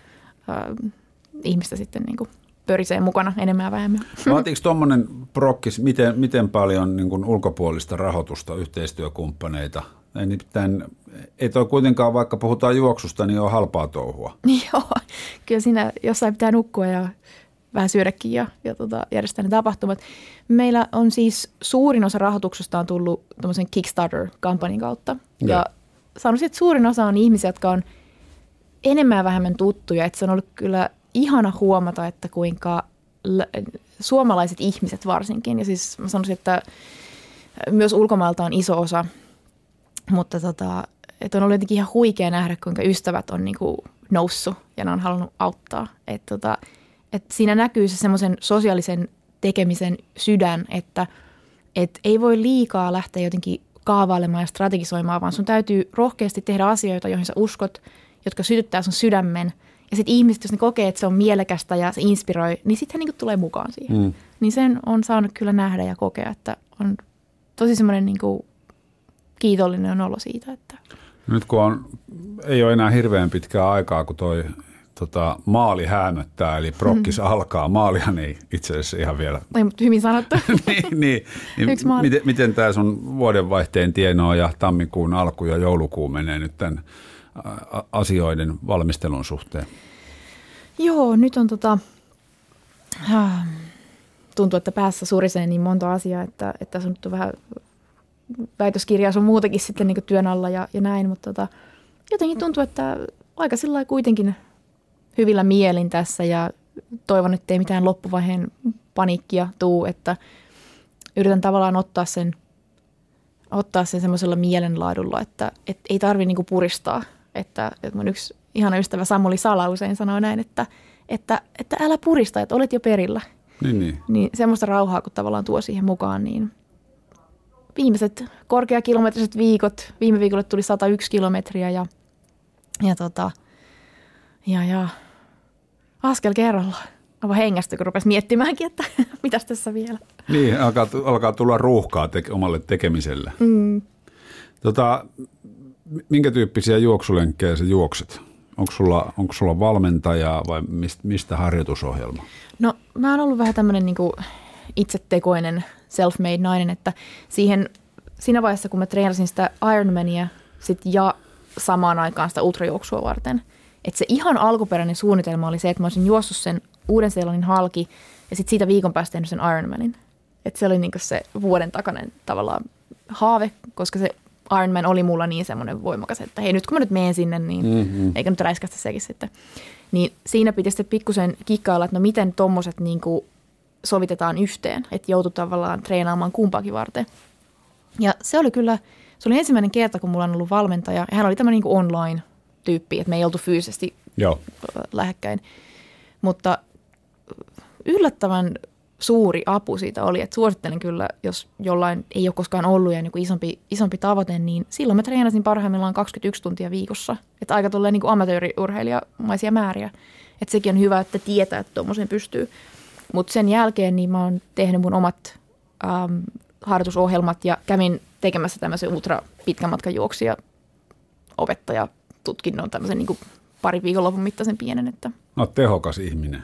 ihmistä sitten niin kuin pörisee mukana enemmän ja vähemmän. Vaatiiko tuommoinen prokkis, miten paljon niin kuin ulkopuolista rahoitusta, yhteistyökumppaneita? Ei toi kuitenkaan, vaikka puhutaan juoksusta, niin on halpaa touhua. Joo, kyllä siinä jossain pitää nukkua ja vähän syödäkin ja järjestää ne tapahtumat. Meillä on siis suurin osa rahoituksesta on tullut tämmöisen Kickstarter-kampanjan kautta. Ja sanoisin, että suurin osa on ihmisiä, jotka on enemmän ja vähemmän tuttuja. Että se on ollut kyllä ihana huomata, että kuinka suomalaiset ihmiset varsinkin, ja siis mä sanoisin, että myös ulkomailta on iso osa, mutta että on ollut jotenkin ihan huikea nähdä, kuinka ystävät on niinku noussut ja ne on halunnut auttaa. Että siinä näkyy se semmoisen sosiaalisen tekemisen sydän, että ei voi liikaa lähteä jotenkin kaavailemaan ja strategisoimaan, vaan sun täytyy rohkeasti tehdä asioita, joihin sä uskot, jotka sytyttää sun sydämen. Ja sitten ihmiset, jos ne kokee, että se on mielekästä ja se inspiroi, niin sitten he niinku tulee mukaan siihen. Niin sen on saanut kyllä nähdä ja kokea, että on tosi semmoinen niinku kiitollinen olo siitä. Että. Nyt kun ei ole enää hirveän pitkää aikaa, kun toi maali häämöttää, eli prokkis alkaa. Maalihan ei itse asiassa ihan vielä. Ei, mutta hyvin sanottu. niin, miten tämä sun vuodenvaihteen tienoa ja tammikuun alku ja joulukuu menee nyt tämän asioiden valmistelun suhteen? Joo, nyt on tuntuu, että päässä surisee niin monta asiaa, että tässä on nyt vähän väitöskirjaa sun muutakin sitten niin kuin työn alla ja näin, mutta jotenkin tuntuu, että aika sillä kuitenkin hyvillä mielin tässä ja toivon, että ei mitään loppuvaiheen paniikkia tuu, että yritän tavallaan ottaa sen semmoisella mielenlaadulla, että ei tarvitse niinku puristaa, että mun yksi ihana ystävä Samuli Sala usein sanoo näin, että älä purista, että olet jo perillä. Niin semmoista rauhaa, kun tavallaan tuo siihen mukaan, niin viimeiset korkeakilometriset viikot, viime viikolle tuli 101 kilometriä ja askel kerrallaan. Aivan hengästä, kun rupesi miettimäänkin, että mitäs tässä vielä. Niin, alkaa tulla ruuhkaa omalle tekemiselle. Minkä tyyppisiä juoksulenkkejä sä juokset? Onko sulla valmentaja vai mistä harjoitusohjelma? No mä oon ollut vähän tämmöinen niinku itsetekoinen self-made nainen, että siinä vaiheessa, kun mä treenasin sitä Ironmania ja samaan aikaan sitä ultrajuoksua varten, että se ihan alkuperäinen suunnitelma oli se, että mä olisin juossut sen Uuden-Seelannin halki ja sitten siitä viikon päästä tehnyt sen Ironmanin. Että se oli niinku se vuoden takainen tavallaan haave, koska se Ironman oli mulla niin semmoinen voimakas, että hei nyt kun mä nyt menen sinne, niin eikä nyt räiskästä sekin sitten. Niin siinä piti sitten pikkusen kikkailla, että no miten tommoset niinku sovitetaan yhteen, että joutui tavallaan treenaamaan kumpaakin varten. Ja se oli ensimmäinen kerta, kun mulla on ollut valmentaja. Ja hän oli tämmöinen niin online-tyyppi, että me ei oltu fyysisesti lähekkäin. Mutta yllättävän suuri apu siitä oli, että suosittelen kyllä, jos jollain ei ole koskaan ollut ja niin isompi tavoite, niin silloin mä treenasin parhaimmillaan 21 tuntia viikossa. Että aika tolleen niin amatööriurheilijamaisia määriä. Että sekin on hyvä, että tietää, että tuommoiseen pystyy. Mutta sen jälkeen niin mä oon tehnyt mun omat harjoitusohjelmat ja kävin tekemässä tämmöisen ultra pitkän matkan juoksia opettajatutkinnon tämmöisen niin kuin pari viikonlopun mittaisen pienen. Että. No tehokas ihminen.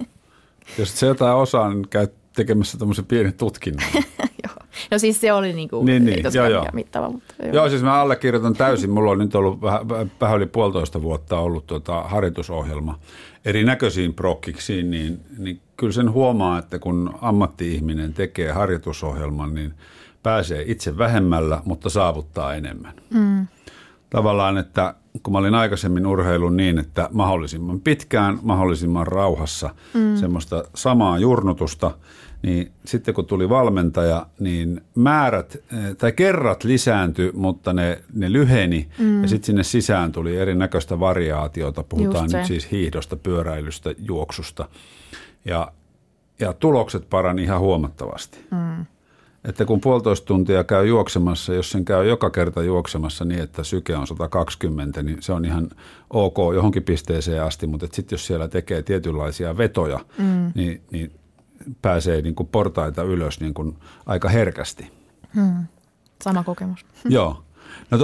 Jos se jotain osaa, niin käy tekemässä tämmöisen pienen tutkinnon. Joo. No siis se oli niin kuin mittava. Mutta joo, siis mä allekirjoitan täysin. Mulla on nyt ollut vähän yli 1,5 vuotta ollut harjoitusohjelma erinäköisiin prokkiksiin, niin kyllä sen huomaa, että kun ammatti-ihminen tekee harjoitusohjelman, niin pääsee itse vähemmällä, mutta saavuttaa enemmän. Tavallaan, että kun mä olin aikaisemmin urheilun niin, että mahdollisimman pitkään, mahdollisimman rauhassa semmoista samaa jurnutusta, niin sitten kun tuli valmentaja, niin määrät tai kerrat lisääntyi, mutta ne lyheni ja sitten sinne sisään tuli erinäköistä variaatiota. Puhutaan nyt siis hiihdosta, pyöräilystä, juoksusta ja tulokset parani ihan huomattavasti. Että kun 1,5 tuntia käy juoksemassa, jos sen käy joka kerta juoksemassa niin, että syke on 120, niin se on ihan ok johonkin pisteeseen asti, mutta sitten jos siellä tekee tietynlaisia vetoja, niin pääsee niin kuin portaita ylös niin kuin aika herkästi. Sama kokemus. Joo. No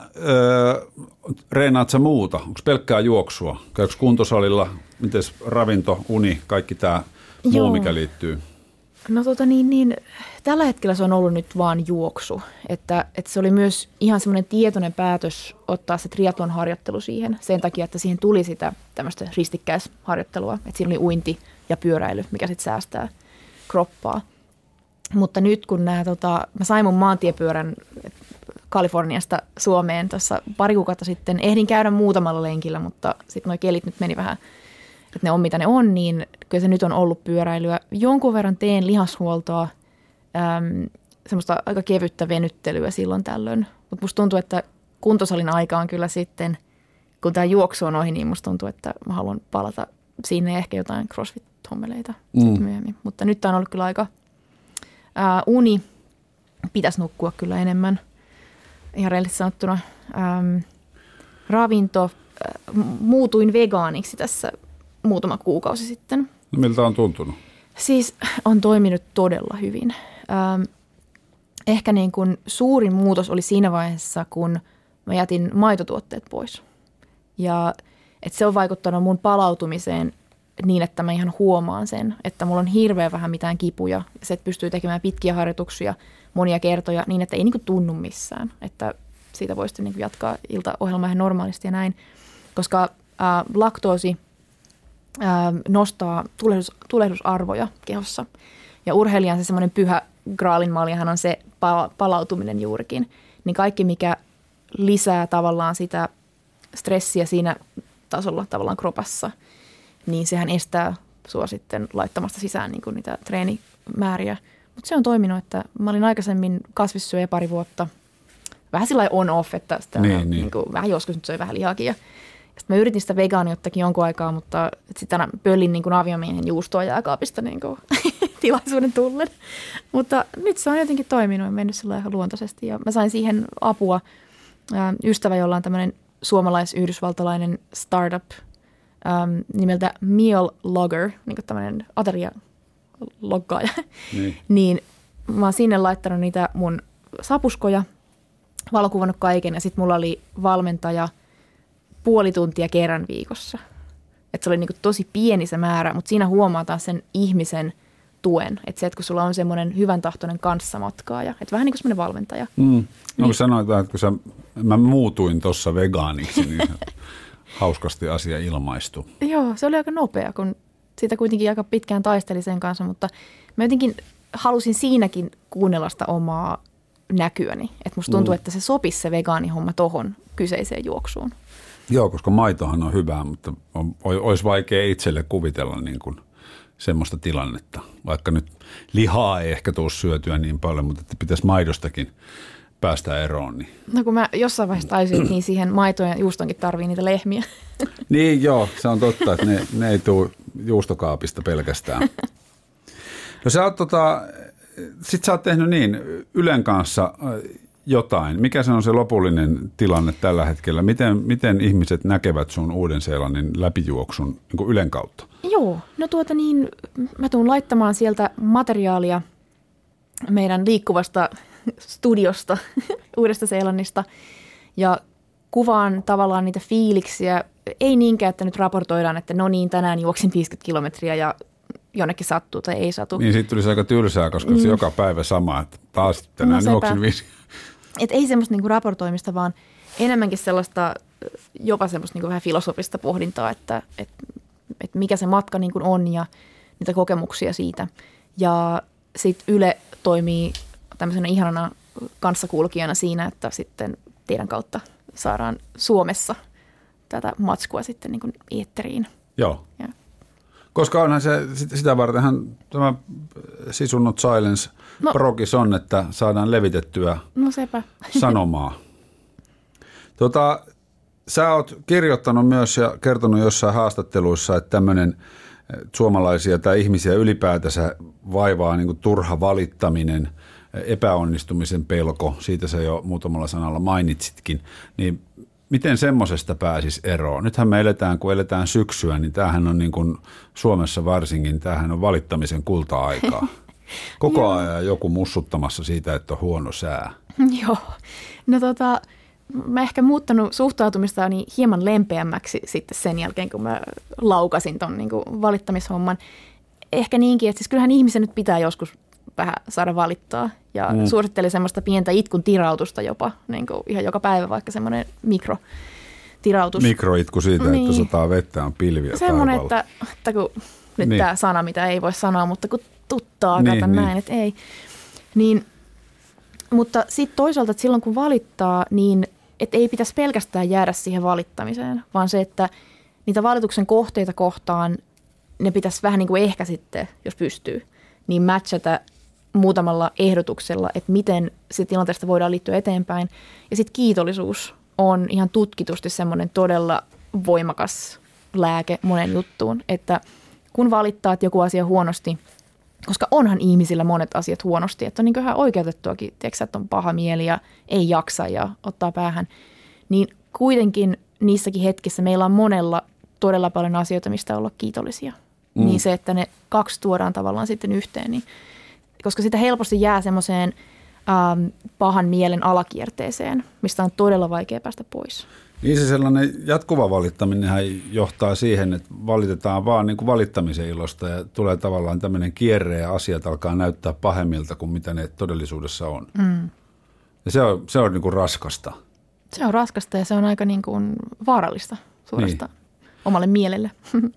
reenaat sä muuta? Onko pelkkää juoksua? Käykö kuntosalilla? Mites ravinto, uni, kaikki tämä muu, mikä liittyy? No tällä hetkellä se on ollut nyt vaan juoksu, että se oli myös ihan semmoinen tietoinen päätös ottaa se triathlon harjoittelu siihen sen takia, että siihen tuli sitä tämmöistä ristikkäisharjoittelua, että siinä oli uinti ja pyöräily, mikä sitten säästää kroppaa. Mutta nyt kun mä sain mun maantiepyörän Kaliforniasta Suomeen tuossa pari kuukautta sitten. Ehdin käydä muutamalla lenkillä, mutta sitten nuo kelit nyt meni vähän, että ne on mitä ne on, niin kyllä se nyt on ollut pyöräilyä. Jonkun verran teen lihashuoltoa, semmoista aika kevyttä venyttelyä silloin tällöin. Mutta musta tuntuu, että kuntosalin aika on kyllä sitten, kun tämä juoksu on ohi, niin musta tuntuu, että mä haluan palata sinne ehkä jotain CrossFit-hommeleita myöhemmin. Mutta nyt tämä on ollut kyllä aika uni. Pitäisi nukkua kyllä enemmän, ihan rehellisesti sanottuna. Ravinto. Muutuin vegaaniksi tässä muutama kuukausi sitten. No, miltä on tuntunut? Siis on toiminut todella hyvin. Ehkä niin kuin suurin muutos oli siinä vaiheessa, kun mä jätin maitotuotteet pois. Ja että se on vaikuttanut mun palautumiseen niin, että mä ihan huomaan sen, että mulla on hirveän vähän mitään kipuja. Se, että pystyy tekemään pitkiä harjoituksia monia kertoja niin, että ei niin kuin tunnu missään. Että siitä voi sitten niin kuin jatkaa iltaohjelmaa ihan normaalisti ja näin. Koska laktoosi nostaa tulehdusarvoja kehossa. Ja urheilijan se semmoinen pyhä graalin maljahan on se palautuminen juurikin. Niin kaikki, mikä lisää tavallaan sitä stressiä siinä tasolla tavallaan kropassa, niin sehän estää sua sitten laittamasta sisään niin kuin niitä treenimääriä. Mutta se on toiminut, että mä olin aikaisemmin kasvissyöjä pari vuotta. Vähän sillä on-off, että sitä niin kuin, vähän joskus nyt söi vähän lihaakin. Ja sitten mä yritin sitä vegaaniottakin jonkun aikaa, mutta sitten aina pöllin niin kuin aviomiehen juustoa jääkaapista niin kuin tilaisuuden tullen. Mutta nyt se on jotenkin toiminut ja mennyt sillä ihan luontaisesti. Ja mä sain siihen apua ystävä, jolla on tämmöinen suomalais-yhdysvaltalainen startup nimeltä Meal Logger, niin kuin tämmöinen aterialoggaaja. Niin mä oon sinne laittanut niitä mun sapuskoja, valokuvannut kaiken ja sitten mulla oli valmentaja puoli tuntia kerran viikossa. Että se oli niin kuin tosi pieni se määrä, mutta siinä huomataan sen ihmisen tuen. Että se, että kun sulla on semmoinen hyvän tahtoinen kanssamatkaaja, että vähän niin kuin semmoinen valmentaja. No kun sanotaan, että kun mä muutuin tuossa vegaaniksi, niin hauskasti asia ilmaistui. Joo, se oli aika nopea, kun siitä kuitenkin aika pitkään taisteli sen kanssa, mutta mä jotenkin halusin siinäkin kuunnella sitä omaa näkyäni. Että musta tuntuu, että se sopisi se vegaanihomma tohon kyseiseen juoksuun. Joo, koska maitohan on hyvää, mutta olisi vaikea itselle kuvitella niin kuin semmoista tilannetta. Vaikka nyt lihaa ei ehkä tule syötyä niin paljon, mutta että pitäisi maidostakin päästä eroon. Niin. No kun mä jossain vaiheessa taisin, niin siihen maitoon ja juustonkin tarvii niitä lehmiä. Niin joo, se on totta, että ne ei tule juustokaapista pelkästään. No sit sä oot tehnyt niin Ylen kanssa jotain. Mikä se on se lopullinen tilanne tällä hetkellä? Miten ihmiset näkevät sun Uuden-Seelannin läpijuoksun niin kuin Ylen kautta? Joo, no mä tuun laittamaan sieltä materiaalia meidän liikkuvasta studiosta Uudesta-Seelannista ja kuvaan tavallaan niitä fiiliksiä. Ei niinkään, että nyt raportoidaan, että no niin, tänään juoksin 50 kilometriä ja jonnekin sattuu tai ei satu. Niin siitä tulisi aika tylsää, koska se joka päivä sama, että taas tänään juoksin 50. Että ei semmoista niinku raportoimista, vaan enemmänkin sellaista jopa semmoista niinku vähän filosofista pohdintaa, että mikä se matka niinku on ja niitä kokemuksia siitä. Ja sitten Yle toimii tämmöisenä ihanana kanssakulkijana siinä, että sitten teidän kautta saadaan Suomessa tätä matskua sitten niinku eetteriin. Joo. Ja. Koska onhan se, sitä vartenhan tämä Sisunnut Silence progis on, että saadaan levitettyä sanomaa. Sä oot kirjoittanut myös ja kertonut jossain haastatteluissa, että tämmöinen suomalaisia tai ihmisiä ylipäätänsä vaivaa niin kuin turha valittaminen, epäonnistumisen pelko, siitä sä jo muutamalla sanalla mainitsitkin, niin miten semmoisesta pääsisi eroon? Nythän me kun eletään syksyä, niin tämähän on niin kuin Suomessa varsinkin, tämähän on valittamisen kulta-aikaa. Koko ajan joku mussuttamassa siitä, että on huono sää. Joo, no mä ehkä muuttanut suhtautumistani hieman lempeämmäksi sitten sen jälkeen, kun mä laukasin ton niin kuin valittamishomman. Ehkä niinkin, että siis kyllähän ihmisen nyt pitää joskus vähän saada valittaa. Ja suositteli semmoista pientä itkun tirautusta jopa, niin kuin ihan joka päivä, vaikka semmoinen mikrotirautus. Mikroitku siitä, että sataa vettä, on pilviä semmoinen, että kun nyt tämä sana, mitä ei voi sanoa, mutta kun tuttaa, näin, että ei. Niin Mutta sitten toisaalta, että silloin kun valittaa, niin et ei pitäisi pelkästään jäädä siihen valittamiseen, vaan se, että niitä valituksen kohteita kohtaan ne pitäisi vähän niin kuin ehkä sitten, jos pystyy, niin matchata muutamalla ehdotuksella, että miten se tilanteesta voidaan liittyä eteenpäin. Ja sitten kiitollisuus on ihan tutkitusti semmoinen todella voimakas lääke monen juttuun, että kun valittaa joku asia huonosti, koska onhan ihmisillä monet asiat huonosti, että on niin ihan oikeutettuakin, tiedätkö, että on paha mieli ja ei jaksa ja ottaa päähän, niin kuitenkin niissäkin hetkissä meillä on monella todella paljon asioita, mistä olla kiitollisia. Niin se, että ne kaksi tuodaan tavallaan sitten yhteen, niin, koska sitä helposti jää semmoiseen pahan mielen alakierteeseen, mistä on todella vaikea päästä pois. Niin se sellainen jatkuva valittaminenhän johtaa siihen, että valitetaan vaan niin kuin valittamisen ilosta ja tulee tavallaan tämmöinen kierre ja asiat alkaa näyttää pahemmilta kuin mitä ne todellisuudessa on. Ja se on niin kuin raskasta. Se on raskasta ja se on aika niin kuin vaarallista suorastaan omalle mielelle.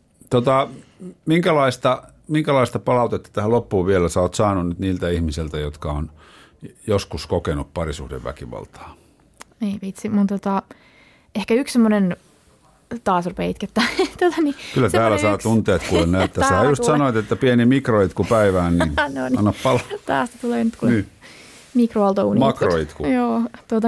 Minkälaista palautetta tähän loppuun vielä sä oot saanut nyt niiltä ihmisiltä, jotka on joskus kokenut parisuhdeväkivaltaa? Ei vitsi, mun ehkä yksi semmoinen, taas rupeaa itkettää. Niin, kyllä täällä saa tunteet kuule näyttää. Sä just sanoit, että pieni mikroitku päivään, niin, no niin. Anna palaa. Tästä tulee nyt kuule mikroaaltouuni. Makroitku. Joo,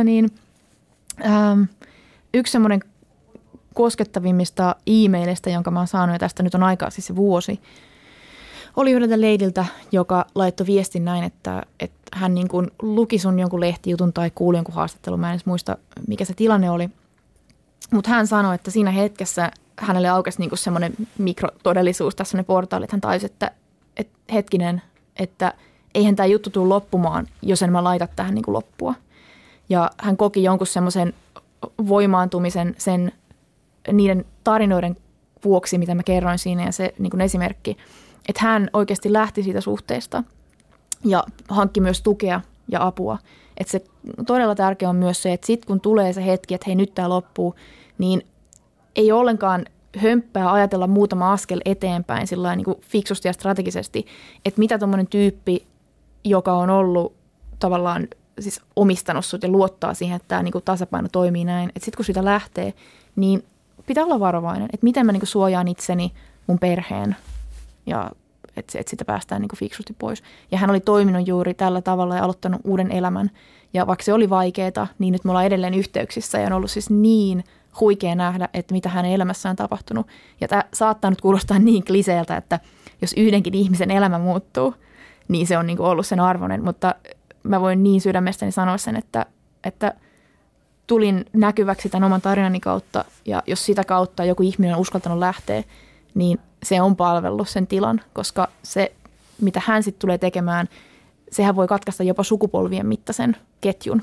yksi semmoinen koskettavimmista e-mailista, jonka mä oon saanut, ja tästä nyt on aikaa siis se vuosi, oli yhdeltä leidiltä, joka laittoi viestin näin, että hän niin kuin luki sun jonkun lehtijutun tai kuuli jonkun haastattelun. Mä en edes muista, mikä se tilanne oli. Mutta hän sanoi, että siinä hetkessä hänelle aukesi niin kuin semmoinen mikrotodellisuus, tässä semmoinen portaali, että hän taisi, että hetkinen, että eihän tämä juttu tule loppumaan, jos en mä laita tähän niin kuin loppua. Ja hän koki jonkun semmoisen voimaantumisen niiden tarinoiden vuoksi, mitä mä kerroin siinä, ja se niin kuin esimerkki, että hän oikeasti lähti siitä suhteesta ja hankki myös tukea ja apua. Että se todella tärkeä on myös se, että sitten kun tulee se hetki, että hei nyt tämä loppuu, niin ei ollenkaan hömppää ajatella muutama askel eteenpäin sillä niin kuin fiksusti ja strategisesti, että mitä tuommoinen tyyppi, joka on ollut tavallaan siis omistanut sut ja luottaa siihen, että tämä niin kuin tasapaino toimii näin, että sitten kun sitä lähtee, niin pitää olla varovainen, että miten mä niin kuin suojaan itseni, mun perheen ja että sitä päästään niin kuin fiksusti pois. Ja hän oli toiminut juuri tällä tavalla ja aloittanut uuden elämän. Ja vaikka se oli vaikeaa, niin nyt me ollaan edelleen yhteyksissä ja on ollut siis niin huikea nähdä, että mitä hänen elämässään on tapahtunut. Ja tämä saattaa nyt kuulostaa niin kliseeltä, että jos yhdenkin ihmisen elämä muuttuu, niin se on niin kuin ollut sen arvoinen. Mutta mä voin niin sydämestäni sanoa sen, että tulin näkyväksi tämän oman tarinani kautta. Ja jos sitä kautta joku ihminen on uskaltanut lähteä, niin se on palvellut sen tilan, koska se, mitä hän sitten tulee tekemään, sehän voi katkaista jopa sukupolvien mittaisen ketjun.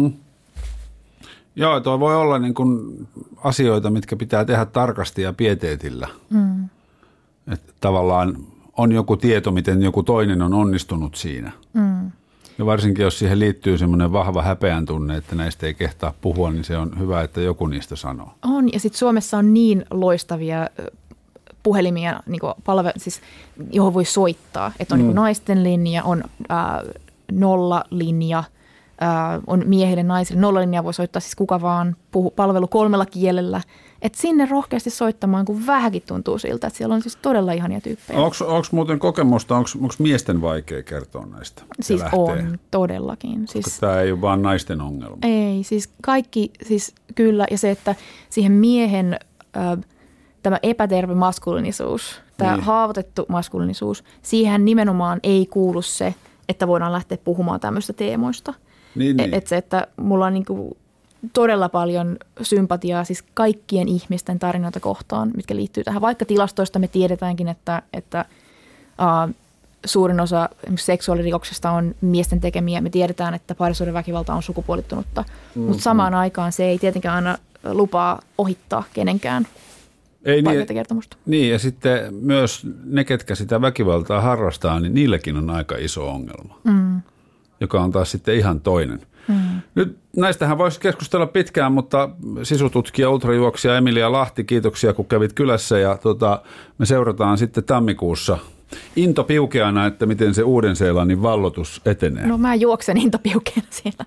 Joo, tuo voi olla niin kuin asioita, mitkä pitää tehdä tarkasti ja pieteetillä. Että tavallaan on joku tieto, miten joku toinen on onnistunut siinä. Ja varsinkin, jos siihen liittyy semmoinen vahva häpeän tunne, että näistä ei kehtaa puhua, niin se on hyvä, että joku niistä sanoo. On, ja sitten Suomessa on niin loistavia puhelimia, niin siis, johon voi soittaa. Että on niin naisten linja, on nollalinja, on miehille, naisille. Nollalinja voi soittaa siis kuka vaan, palvelu 3 kielellä. Että sinne rohkeasti soittamaan, kun vähänkin tuntuu siltä, että siellä on siis todella ihania tyyppejä. Onko muuten kokemusta, onko miesten vaikea kertoa näistä? Siis on, todellakin. Siis, tämä ei ole vaan naisten ongelma. Ei, siis kaikki, siis kyllä. Ja se, että siihen miehen tämä epäterve maskuliinisuus, tämä haavoitettu maskuliinisuus, siihen nimenomaan ei kuulu se, että voidaan lähteä puhumaan tämmöistä teemoista. Niin. Että se, että mulla on niinku todella paljon sympatiaa siis kaikkien ihmisten tarinoita kohtaan, mitkä liittyy tähän. Vaikka tilastoista me tiedetäänkin, että suurin osa seksuaalirikoksista on miesten tekemiä. Me tiedetään, että parisuhdeväkivalta on sukupuolittunutta, mutta samaan aikaan se ei tietenkään aina lupaa ohittaa kenenkään vaikeaa kertomusta. Niin, ja sitten myös ne, ketkä sitä väkivaltaa harrastaa, niin niilläkin on aika iso ongelma, joka on taas sitten ihan toinen. Nyt näistähän voisi keskustella pitkään, mutta sisututkija, ultrajuoksija Emilia Lahti, kiitoksia kun kävit kylässä ja me seurataan sitten tammikuussa into piukeana, että miten se Uuden-Seelannin valloitus etenee? No mä juoksen into piukeana siellä.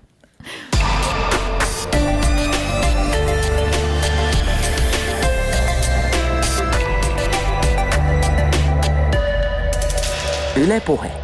Yle Puhe.